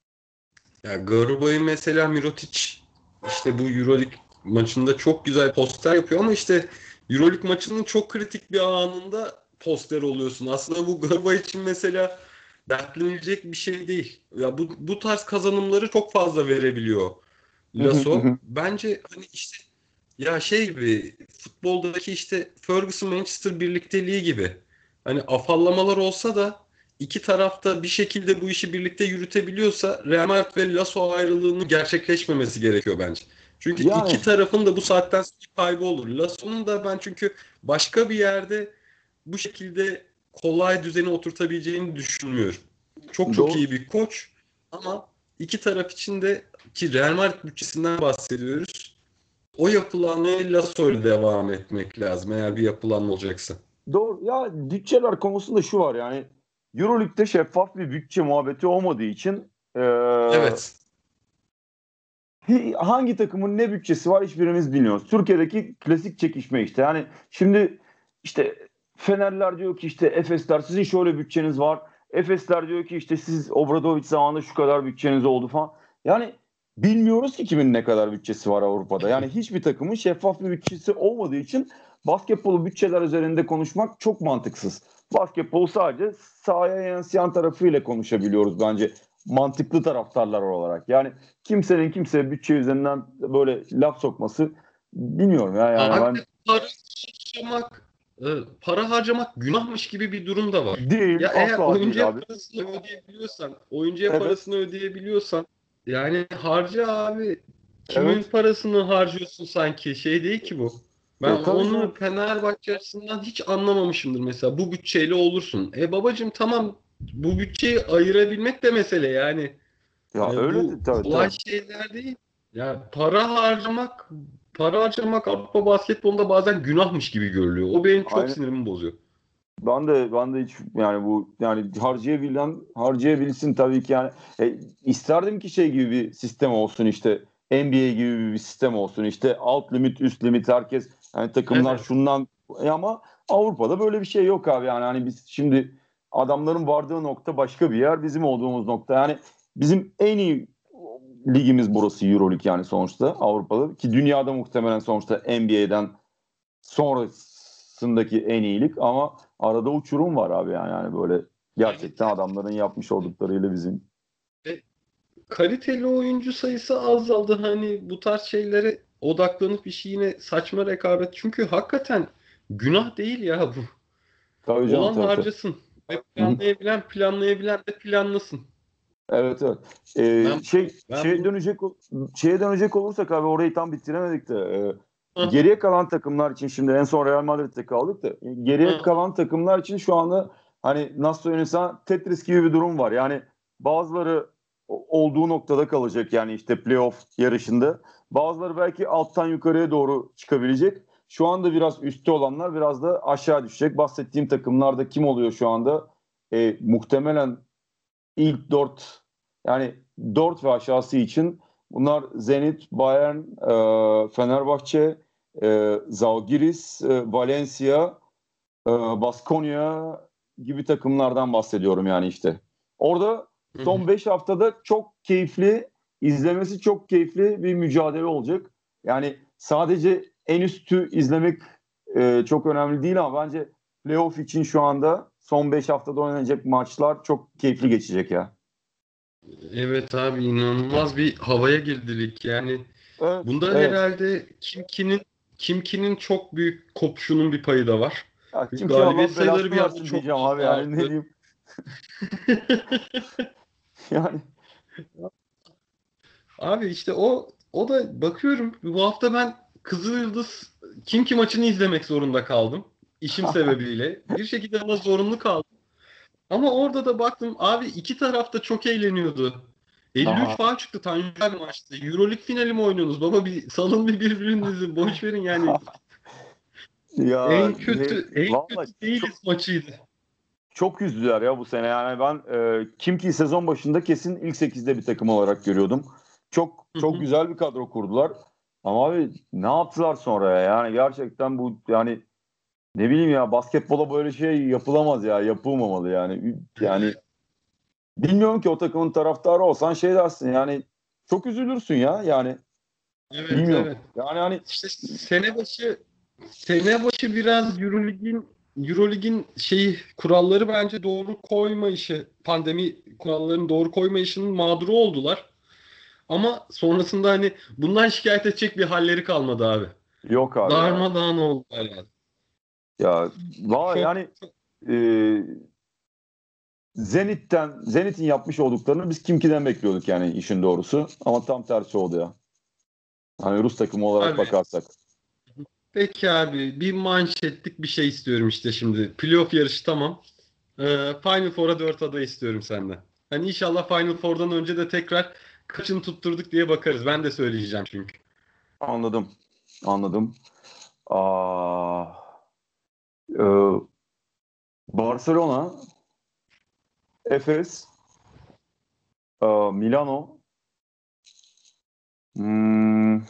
Speaker 1: Ya Garuba'yı mesela Mirotic işte bu Euroleague maçında çok güzel poster yapıyor ama işte Euroleague maçının çok kritik bir anında poster oluyorsun. Aslında bu Garuba için mesela dertlenilecek bir şey değil. Ya bu bu tarz kazanımları çok fazla verebiliyor
Speaker 2: Hı hı hı.
Speaker 1: Lasso.
Speaker 2: Hı.
Speaker 1: Bence hani işte ya şey gibi futboldaki işte Ferguson Manchester birlikteliği gibi. Hani afallamalar olsa da iki tarafta bir şekilde bu işi birlikte yürütebiliyorsa Real Madrid ve Lasso ayrılığının gerçekleşmemesi gerekiyor bence. Çünkü
Speaker 2: Yani
Speaker 1: iki tarafın da bu saatten sonra kaybı olur. Lasso'nun da ben çünkü başka bir yerde bu şekilde kolay düzeni oturtabileceğini düşünmüyorum. Çok çok
Speaker 2: doğru.
Speaker 1: iyi bir koç ama iki taraf için de ki Real Madrid bütçesinden bahsediyoruz. O yapılanmaya Lasso'yla devam etmek lazım eğer bir yapılanma olacaksa.
Speaker 2: Doğru. Ya bütçeler konusunda şu var yani Euroleague'de şeffaf bir bütçe muhabbeti olmadığı için eee,
Speaker 1: Evet.
Speaker 2: hi- hangi takımın ne bütçesi var hiçbirimiz bilmiyoruz. Türkiye'deki klasik çekişme işte. Yani şimdi işte Fenerler diyor ki işte Efesler sizin şöyle bütçeniz var. Efesler diyor ki işte siz Obradoviç zamanında şu kadar bütçeniz oldu falan. Yani bilmiyoruz ki kimin ne kadar bütçesi var Avrupa'da. Yani hiçbir takımın şeffaf bir bütçesi olmadığı için basketbolu bütçeler üzerinde konuşmak çok mantıksız. Basketbolu sadece sahaya yansıyan tarafıyla konuşabiliyoruz bence mantıklı taraftarlar olarak. Yani kimsenin kimseye bütçe üzerinden böyle laf sokması bilmiyorum ya yani
Speaker 1: Abi
Speaker 2: ben
Speaker 1: para harcamak, e, para harcamak günahmış gibi bir durum da var.
Speaker 2: değil
Speaker 1: Ya eğer
Speaker 2: asla değil
Speaker 1: oyuncuya
Speaker 2: abi.
Speaker 1: parasını ödeyebiliyorsan, oyuncuya
Speaker 2: Evet,
Speaker 1: parasını ödeyebiliyorsan yani harca abi. Kimin
Speaker 2: evet.
Speaker 1: parasını harcıyorsun sanki? Şey değil ki bu. Ben
Speaker 2: E, tabii
Speaker 1: onu
Speaker 2: canım.
Speaker 1: Fenerbahçe açısından hiç anlamamışımdır mesela. Bu bütçeyle olursun. E babacığım tamam bu bütçeyi ayırabilmek de mesele yani.
Speaker 2: Ya
Speaker 1: E,
Speaker 2: öyle
Speaker 1: bu
Speaker 2: de tabii
Speaker 1: kolay
Speaker 2: tabii.
Speaker 1: şeyler değil. Ya para harcamak, para harcamak Avrupa basketbolunda bazen günahmış gibi görülüyor. O benim çok
Speaker 2: Aynen.
Speaker 1: sinirimi bozuyor.
Speaker 2: Ben de ben de hiç yani bu yani harcayabilen harcayabilsin tabii ki yani e, isterdim ki şey gibi bir sistem olsun işte N B A gibi bir sistem olsun işte alt limit üst limit herkes yani takımlar
Speaker 1: Evet.
Speaker 2: şundan e, ama Avrupa'da böyle bir şey yok abi yani hani biz şimdi adamların vardığı nokta başka bir yer bizim olduğumuz nokta yani bizim en iyi ligimiz burası Euroleague yani sonuçta Avrupa'da ki dünyada muhtemelen sonuçta N B A'den sonrasındaki en iyilik ama arada uçurum var abi yani, yani böyle gerçekten adamların yapmış olduklarıyla bizim.
Speaker 1: Ve kaliteli oyuncu sayısı azaldı. Hani bu tarz şeylere odaklanıp işi yine saçma rekabet. Çünkü hakikaten günah değil ya bu.
Speaker 2: Tabii canım,
Speaker 1: Olan
Speaker 2: tabii tabii.
Speaker 1: harcasın. Ve
Speaker 2: Hı hı.
Speaker 1: planlayabilen planlayabilen de planlasın.
Speaker 2: Evet evet. Ee,
Speaker 1: Ben
Speaker 2: şey
Speaker 1: ben
Speaker 2: şeye
Speaker 1: bu
Speaker 2: dönecek şeye dönecek olursak abi orayı tam bitiremedik de e,
Speaker 1: Aha,
Speaker 2: geriye kalan takımlar için şimdi en son Real Madrid'de kaldık da e, geriye
Speaker 1: aha.
Speaker 2: kalan takımlar için şu anda hani nasıl söylesem Tetris gibi bir durum var. Yani bazıları o- olduğu noktada kalacak yani işte playoff yarışında. Bazıları belki alttan yukarıya doğru çıkabilecek. Şu anda biraz üstte olanlar biraz da aşağı düşecek. Bahsettiğim takımlarda kim oluyor şu anda? E, muhtemelen ilk dört yani dört ve aşağısı için bunlar Zenit, Bayern, e, Fenerbahçe, e, Zalgiris, e, Valencia, e, Baskonya gibi takımlardan bahsediyorum yani işte. Orada
Speaker 1: Hı hı.
Speaker 2: son beş haftada çok keyifli, izlemesi çok keyifli bir mücadele olacak. Yani sadece en üstü izlemek e, çok önemli değil ama bence playoff için şu anda son beş haftada oynanacak maçlar çok keyifli geçecek ya.
Speaker 1: Evet abi, inanılmaz bir havaya girdik. Yani
Speaker 2: Evet,
Speaker 1: bunda
Speaker 2: evet.
Speaker 1: herhalde Kimki'nin Kimki'nin çok büyük kopuşunun bir payı da var.
Speaker 2: Ya
Speaker 1: Çünkü
Speaker 2: kim ki
Speaker 1: galibiyet
Speaker 2: Allah
Speaker 1: sayıları
Speaker 2: belasını
Speaker 1: bir anda
Speaker 2: versin
Speaker 1: çok
Speaker 2: diyeceğim abi
Speaker 1: fazla
Speaker 2: yani ne
Speaker 1: arttı.
Speaker 2: diyeyim yani.
Speaker 1: Abi işte o o da bakıyorum bu hafta ben Kızılyıldız Kimki maçını izlemek zorunda kaldım. İşim sebebiyle. Bir şekilde ama zorunlu kaldım. Ama orada da baktım abi, iki taraf da çok eğleniyordu. elli üç
Speaker 2: Aha.
Speaker 1: falan çıktı Tanju abi maçta. Euroleague finali mi oynuyorsunuz? Baba bir salın bir birbirinizi. Boş verin yani.
Speaker 2: Ya
Speaker 1: En
Speaker 2: ne
Speaker 1: kötü en
Speaker 2: valla
Speaker 1: kötü
Speaker 2: çok
Speaker 1: değiliz maçıydı.
Speaker 2: çok üzdüler ya bu sene yani ben e, kim ki sezon başında kesin ilk sekizde bir takım olarak görüyordum. Çok
Speaker 1: Hı
Speaker 2: çok
Speaker 1: hı.
Speaker 2: güzel bir kadro kurdular. Ama abi ne yaptılar sonra ya? Yani gerçekten bu yani ne bileyim ya basketbola böyle şey yapılamaz ya. Yapılmamalı yani. Yani bilmiyorum ki o takımın taraftarı olsan şey dersin yani çok üzülürsün ya yani
Speaker 1: Evet,
Speaker 2: bilmiyorum.
Speaker 1: evet.
Speaker 2: Yani hani
Speaker 1: İşte sene başı sene başı biraz Eurolig'in Eurolig'in şeyi kuralları bence doğru koymayışı, pandemi kurallarını doğru koymayışının mağduru oldular. Ama sonrasında hani bundan şikayet edecek bir halleri kalmadı abi.
Speaker 2: yok abi ya.
Speaker 1: Darmadağın oldular yani.
Speaker 2: Ya valla
Speaker 1: Çok
Speaker 2: yani e, Zenit'ten Zenit'in yapmış olduklarını biz Kimki'den bekliyorduk yani işin doğrusu. Ama tam tersi oldu ya. Hani Rus takımı olarak
Speaker 1: abi.
Speaker 2: bakarsak.
Speaker 1: Peki abi, bir manşetlik bir şey istiyorum işte şimdi. Playoff yarışı tamam. Ee, Final Four'a dört aday istiyorum senden. Hani inşallah Final Four'dan önce de tekrar kaçını tutturduk diye bakarız. Ben de söyleyeceğim çünkü.
Speaker 2: Anladım. Anladım. Aa, e, Barcelona, Efes, e, Milano. Hmm,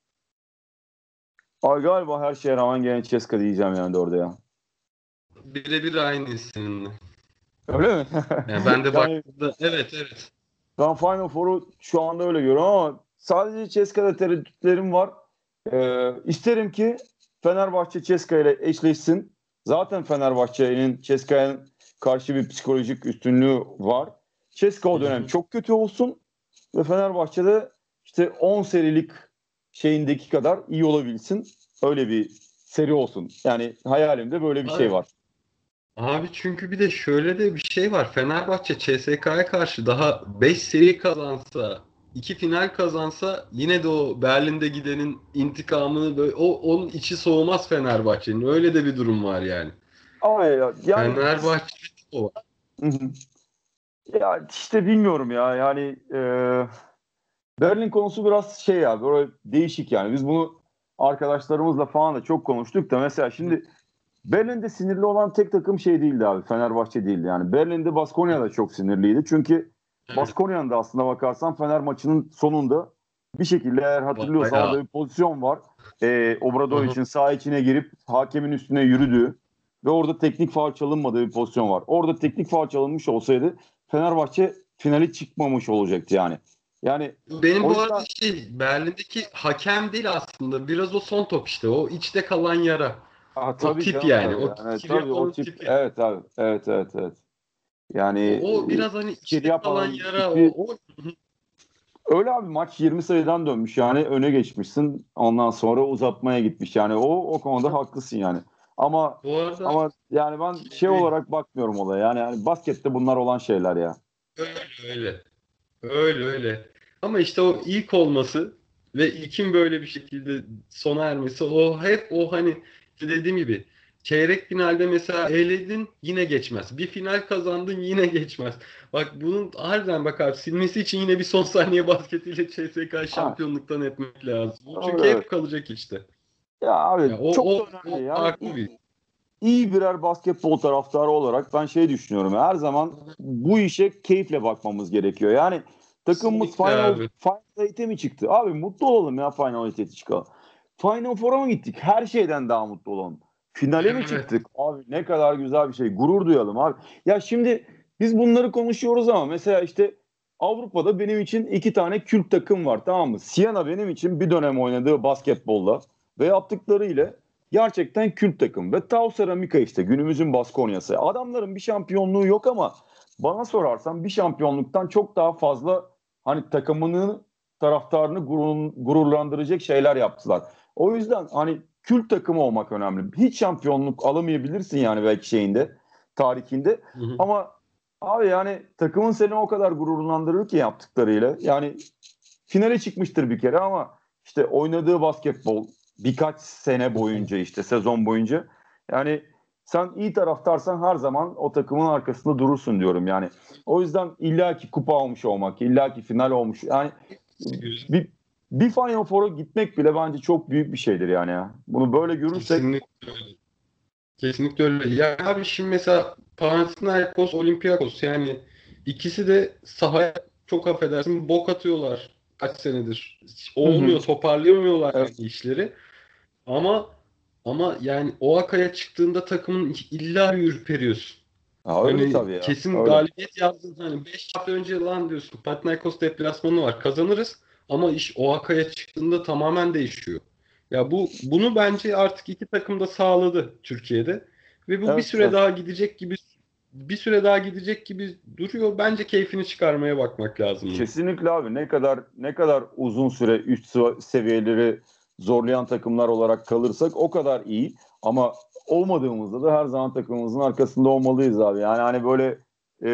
Speaker 2: ay galiba her şeye rağmen gene Ceska diyeceğim yani dörde ya.
Speaker 1: Birebir aynı seninle.
Speaker 2: Öyle mi?
Speaker 1: Yani ben de
Speaker 2: Yani
Speaker 1: baktığımda evet, evet.
Speaker 2: ben Final Four'u şu anda öyle görüyorum ama sadece Ceska'da tereddütlerim var. Ee, isterim ki Fenerbahçe Ceska ile eşleşsin. Zaten Fenerbahçe'nin Ceska'ya karşı bir psikolojik üstünlüğü var. Ceska
Speaker 1: Hı
Speaker 2: o dönem
Speaker 1: hı.
Speaker 2: çok kötü olsun ve Fenerbahçe'de işte on serilik şeyindeki kadar iyi olabilsin. Öyle bir seri olsun. Yani hayalimde böyle bir şey
Speaker 1: Abi,
Speaker 2: var.
Speaker 1: abi çünkü bir de şöyle de bir şey var. Fenerbahçe C S KA'ya karşı daha beş seri kazansa, iki final kazansa yine de o Berlin'de gidenin intikamını böyle o onun içi soğumaz Fenerbahçe'nin. Öyle de bir durum var yani.
Speaker 2: Ama ya- yani
Speaker 1: Fenerbahçe o.
Speaker 2: hı hı. Ya işte bilmiyorum ya yani e, Berlin konusu biraz şey ya böyle değişik yani biz bunu arkadaşlarımızla falan da çok konuştuk da mesela şimdi Berlin'de sinirli olan tek takım şey değildi abi Fenerbahçe değildi yani Berlin'de Baskonya da çok sinirliydi çünkü
Speaker 1: Evet,
Speaker 2: Baskonya'nın da aslında bakarsan Fener maçının sonunda bir şekilde eğer hatırlıyorsan
Speaker 1: bayağı.
Speaker 2: orada bir pozisyon var e,
Speaker 1: Hı hı.
Speaker 2: Obradovic'in saha içine girip hakemin üstüne yürüdüğü ve orada teknik faul çalınmadığı bir pozisyon var orada teknik faul çalınmış olsaydı Fenerbahçe finali çıkmamış olacaktı yani. Yani
Speaker 3: Benim
Speaker 2: o
Speaker 3: bu arada
Speaker 2: yüzden
Speaker 3: şey Berlin'deki hakem değil aslında. Biraz o son top işte. O içte kalan yara.
Speaker 2: Aa,
Speaker 3: O
Speaker 2: tabii
Speaker 3: tip
Speaker 2: canım
Speaker 3: yani.
Speaker 2: tabii.
Speaker 3: O
Speaker 2: Yani, tabii o
Speaker 3: Kiryapa'nın
Speaker 2: tip,
Speaker 3: tipi.
Speaker 2: evet abi, evet evet evet. Yani
Speaker 3: O, o
Speaker 2: e,
Speaker 3: biraz hani içte kalan
Speaker 2: Kiryapa'nın
Speaker 3: yara.
Speaker 2: tipi
Speaker 3: O, o
Speaker 2: öyle abi, maç yirmi sayıdan dönmüş yani, öne geçmişsin, ondan sonra uzatmaya gitmiş yani, o o konuda haklısın yani. Ama
Speaker 3: bu arada
Speaker 2: ama yani ben
Speaker 3: şey
Speaker 2: şey
Speaker 3: değil.
Speaker 2: olarak bakmıyorum olaya yani, yani baskette bunlar olan şeyler ya.
Speaker 3: Öyle öyle. Öyle öyle. Ama işte o ilk olması ve ilkin böyle bir şekilde sona ermesi, o hep o hani işte dediğim gibi çeyrek finalde mesela eledin yine geçmez. Bir final kazandın yine geçmez. Bak bunun harbiden bak abi silmesi için yine bir son saniye basketiyle C S K
Speaker 2: Ha,
Speaker 3: şampiyonluktan etmek lazım. Bu
Speaker 2: öyle
Speaker 3: çünkü
Speaker 2: öyle.
Speaker 3: hep kalacak işte.
Speaker 2: Ya abi
Speaker 3: Ya o
Speaker 2: çok da
Speaker 3: o
Speaker 2: önemli
Speaker 3: o
Speaker 2: yani,
Speaker 3: farklı bir.
Speaker 2: iyi birer basketbol taraftarı olarak ben şey düşünüyorum. Her zaman bu işe keyifle bakmamız gerekiyor. Yani takımımız
Speaker 3: Kesinlikle
Speaker 2: Final
Speaker 3: abi.
Speaker 2: Final Eight'e mi çıktı? Abi mutlu olalım ya, Final Eight'e çıkalım. Final Four'a mı gittik? Her şeyden daha mutlu olalım. Finale mi
Speaker 3: Evet.
Speaker 2: çıktık? Abi ne kadar güzel bir şey. Gurur duyalım abi. Ya şimdi biz bunları konuşuyoruz ama mesela işte Avrupa'da benim için iki tane kült takım var, tamam mı? Siena benim için bir dönem oynadığı basketbolla ve yaptıklarıyla gerçekten kült takım. Ve Tau Ceramica işte günümüzün Baskonya'sı. Adamların bir şampiyonluğu yok ama bana sorarsan bir şampiyonluktan çok daha fazla hani takımını, taraftarını gurur, gururlandıracak şeyler yaptılar. O yüzden hani kült takım olmak önemli. Hiç şampiyonluk alamayabilirsin yani belki şeyinde, tarihinde.
Speaker 3: Hı hı.
Speaker 2: Ama abi yani takımın seni o kadar gururlandırır ki yaptıklarıyla. Yani finale çıkmıştır bir kere ama işte oynadığı basketbol birkaç sene boyunca, işte sezon boyunca, yani sen iyi taraftarsan her zaman o takımın arkasında durursun diyorum yani. O yüzden illaki kupa almış olmak, illaki final olmuş yani, bir bir Final Four'a gitmek bile bence çok büyük bir şeydir yani ya. Bunu böyle görürsek
Speaker 3: Kesinlikle öyle. Kesinlikle öyle. Ya abi şimdi mesela Panathinaikos, Olympiakos yani ikisi de sahaya çok affedersin bok atıyorlar kaç senedir.
Speaker 2: hı hı,
Speaker 3: Olmuyor, toparlayamıyorlar
Speaker 2: evet.
Speaker 3: yani işleri. Ama ama yani o akaya çıktığında takımın illa bir ürperiyorsun.
Speaker 2: Ha, öyle
Speaker 3: Hani
Speaker 2: tabii ya.
Speaker 3: kesin
Speaker 2: Öyle.
Speaker 3: galibiyet yazdın. Hani beş hafta önce lan diyorsun. Panathinaikos deplasmanı var. Kazanırız. Ama iş o akaya çıktığında tamamen değişiyor. Ya bu bunu bence artık iki takım da sağladı Türkiye'de. Ve bu bir
Speaker 2: Evet,
Speaker 3: süre
Speaker 2: evet.
Speaker 3: daha gidecek gibi bir süre daha gidecek gibi duruyor. Bence keyfini çıkarmaya bakmak lazım bunun.
Speaker 2: Kesinlikle abi, ne kadar ne kadar uzun süre üst sıva- seviyeleri zorlayan takımlar olarak kalırsak o kadar iyi. Ama olmadığımızda da her zaman takımımızın arkasında olmalıyız abi. Yani hani böyle e,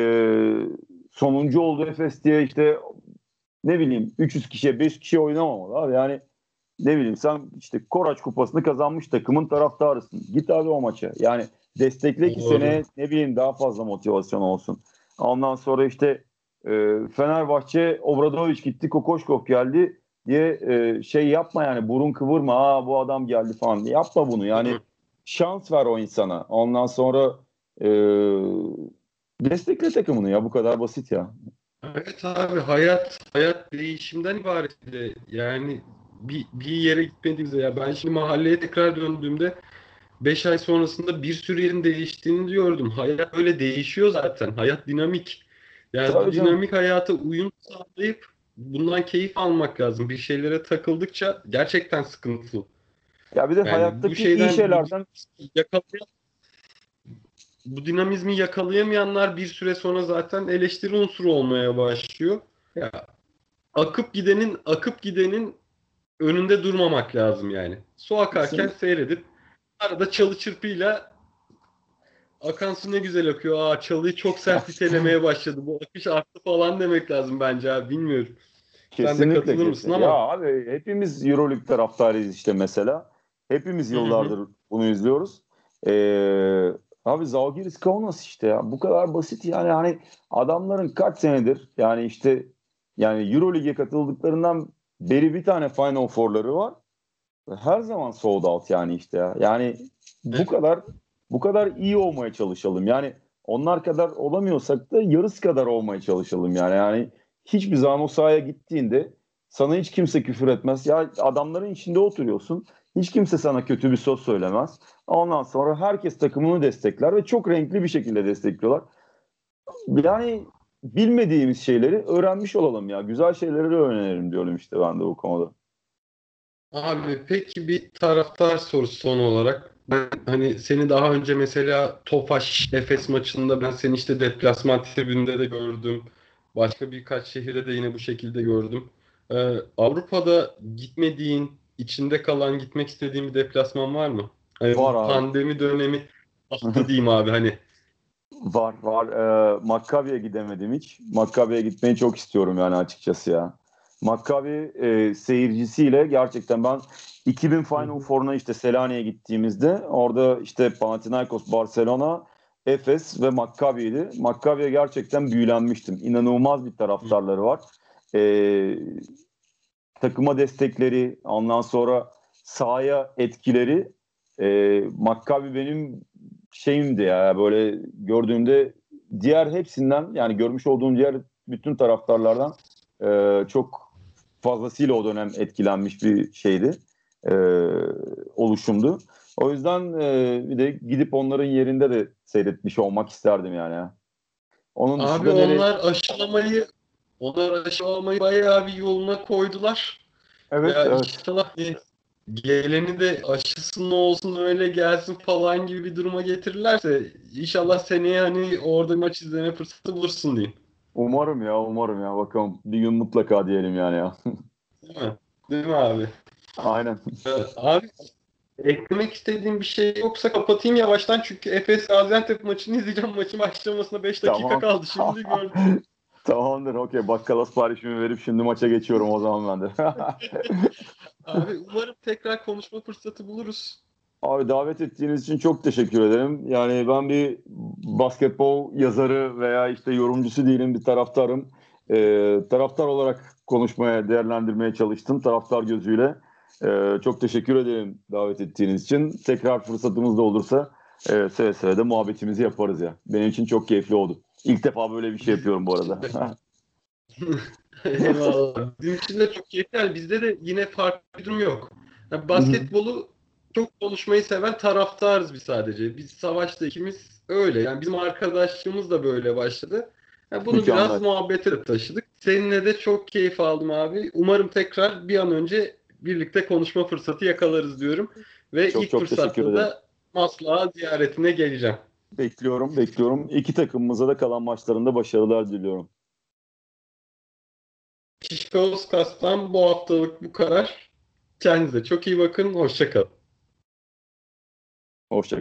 Speaker 2: sonuncu oldu Efes diye işte ne bileyim üç yüz kişiye beş kişiye oynamamalı abi. Yani ne bileyim, sen işte Koraç Kupası'nı kazanmış takımın taraftarısın. Git abi o maça. Yani destekle ki
Speaker 3: Doğru.
Speaker 2: seneye ne bileyim daha fazla motivasyon olsun. Ondan sonra işte e, Fenerbahçe Obradoviç gitti, Kokoşkov geldi diye e, şey yapma yani, burun kıvırma. Aa bu adam geldi falan diye. Yapma bunu.
Speaker 3: Değil
Speaker 2: Yani
Speaker 3: mi?
Speaker 2: şans ver o insana. Ondan sonra e, destekle takımını, ya bu kadar basit ya.
Speaker 3: Evet abi hayat hayat değişimden ibaret bir de. Yani bir, bir yere gitmediğimizde ya ben şimdi mahalleye tekrar döndüğümde beş ay sonrasında bir sürü yerin değiştiğini gördüm. Hayat öyle değişiyor zaten. Hayat dinamik. Yani bu
Speaker 2: Tabii canım.
Speaker 3: dinamik hayata uyum sağlayıp bundan keyif almak lazım. Bir şeylere takıldıkça gerçekten sıkıntılı.
Speaker 2: Ya bir de
Speaker 3: Yani bu
Speaker 2: hayattaki iyi
Speaker 3: şeyden bu
Speaker 2: şeylerden
Speaker 3: dinamizmi yakalayan, bu dinamizmi yakalayamayanlar bir süre sonra zaten eleştiri unsuru olmaya başlıyor. Ya akıp gidenin akıp gidenin önünde durmamak lazım yani. Su akarken
Speaker 2: kesin.
Speaker 3: seyredip arada çalı çırpıyla akan su ne güzel akıyor. Aa çalıyı çok sert itelemeye başladı. Bu akış arttı falan demek lazım bence abi. Bilmiyorum. Sen de
Speaker 2: Kesinlikle
Speaker 3: katılır mısın
Speaker 2: kesin. Ya
Speaker 3: ama.
Speaker 2: abi hepimiz Euroleague taraftarıyız işte mesela. Hepimiz
Speaker 3: Hı hı.
Speaker 2: yıllardır bunu izliyoruz. Ee, abi Zalgiris Kaunas işte ya. Bu kadar basit yani, hani adamların kaç senedir yani işte, yani Euroleague'e katıldıklarından beri bir tane Final Four'ları var. Her zaman sold out yani işte ya. Yani bu
Speaker 3: Evet.
Speaker 2: kadar bu kadar iyi olmaya çalışalım. Yani onlar kadar olamıyorsak da yarısı kadar olmaya çalışalım yani. Yani hiçbir zaman o sahaya gittiğinde sana hiç kimse küfür etmez. Ya adamların içinde oturuyorsun. Hiç kimse sana kötü bir söz söylemez. Ondan sonra herkes takımını destekler ve çok renkli bir şekilde destekliyorlar. Yani bilmediğimiz şeyleri öğrenmiş olalım ya. Güzel şeyleri öğrenelim diyorum işte ben de bu konuda.
Speaker 3: Abi peki bir taraftar sorusu son olarak. Ben hani seni daha önce mesela Tofaş Efes maçında ben seni işte deplasman tribünde de gördüm. Başka birkaç şehirde de yine bu şekilde gördüm. Ee, Avrupa'da gitmediğin, içinde kalan, gitmek istediğin bir deplasman var mı? Hani
Speaker 2: Var
Speaker 3: bu
Speaker 2: abi.
Speaker 3: pandemi dönemi attı diyeyim abi hani.
Speaker 2: Var var. Ee, Maccabi'ye gidemedim hiç. Maccabi'ye gitmeyi çok istiyorum yani açıkçası ya. Maccabi e, seyircisiyle gerçekten ben iki bin
Speaker 3: Hı
Speaker 2: Final
Speaker 3: hı.
Speaker 2: Four'una işte Selanik'e gittiğimizde orada işte Panathinaikos, Barcelona, Efes ve Maccabi'ydi. Maccabi'ye gerçekten büyülenmiştim. İnanılmaz bir
Speaker 3: Hı.
Speaker 2: taraftarları var. Ee, Takıma destekleri, ondan sonra sahaya etkileri e, Maccabi benim şeyimdi ya böyle gördüğümde diğer hepsinden yani görmüş olduğum diğer bütün taraftarlardan e, çok fazlasıyla o dönem etkilenmiş bir şeydi. E, Oluşumdu. O yüzden e, bir de gidip onların yerinde de seyretmiş olmak isterdim yani. Onun
Speaker 3: Abi
Speaker 2: dışında nereye?
Speaker 3: onlar aşılamayı onlar aşılamayı bayağı bir yoluna koydular.
Speaker 2: Evet,
Speaker 3: Ya
Speaker 2: evet.
Speaker 3: inşallah bir geleni de aşısın olsun öyle gelsin falan gibi bir duruma getirirlerse inşallah seneye hani orada maç izleme fırsatı bulursun diyeyim.
Speaker 2: Umarım ya, umarım ya. Bakalım bir gün mutlaka diyelim yani ya.
Speaker 3: Değil mi? Değil mi abi?
Speaker 2: Aynen.
Speaker 3: Evet, abi eklemek istediğim bir şey yoksa kapatayım yavaştan çünkü Efes Gaziantep maçını izleyeceğim. Maçın başlamasına beş dakika
Speaker 2: Tamam.
Speaker 3: kaldı. Şimdi gördüm.
Speaker 2: Tamamdır. Okey. Bakkala siparişimi verip şimdi maça geçiyorum o zaman ben de.
Speaker 3: Abi umarım tekrar konuşma fırsatı buluruz.
Speaker 2: Abi davet ettiğiniz için çok teşekkür ederim. Yani ben bir basketbol yazarı veya işte yorumcusu değilim, bir taraftarım. Ee, taraftar olarak konuşmaya, değerlendirmeye çalıştım taraftar gözüyle. Ee, çok teşekkür ederim davet ettiğiniz için. Tekrar fırsatımız da olursa e, seve seve de muhabbetimizi yaparız ya. Benim için çok keyifli oldu. İlk defa böyle bir şey yapıyorum bu arada.
Speaker 3: Eyvallah. Bizim için de çok keyifli. Yani bizde de yine farklı bir durum yok. Yani basketbolu çok konuşmayı seven taraftarız biz sadece. Biz Savaş'ta ikimiz öyle. Yani bizim arkadaşlığımız da böyle başladı. Yani bunu biraz
Speaker 2: Mükemmel.
Speaker 3: muhabbete de taşıdık. Seninle de çok keyif aldım abi. Umarım tekrar bir an önce birlikte konuşma fırsatı yakalarız diyorum. Ve
Speaker 2: Çok
Speaker 3: ilk
Speaker 2: çok teşekkür
Speaker 3: fırsatta
Speaker 2: ederim.
Speaker 3: da Maslak'a ziyaretine geleceğim.
Speaker 2: Bekliyorum, bekliyorum. İki takımımıza da kalan maçlarında başarılar diliyorum.
Speaker 3: Şişkoskas'tan bu haftalık bu kadar. Kendinize çok iyi bakın. Hoşça kalın.
Speaker 2: Hoşça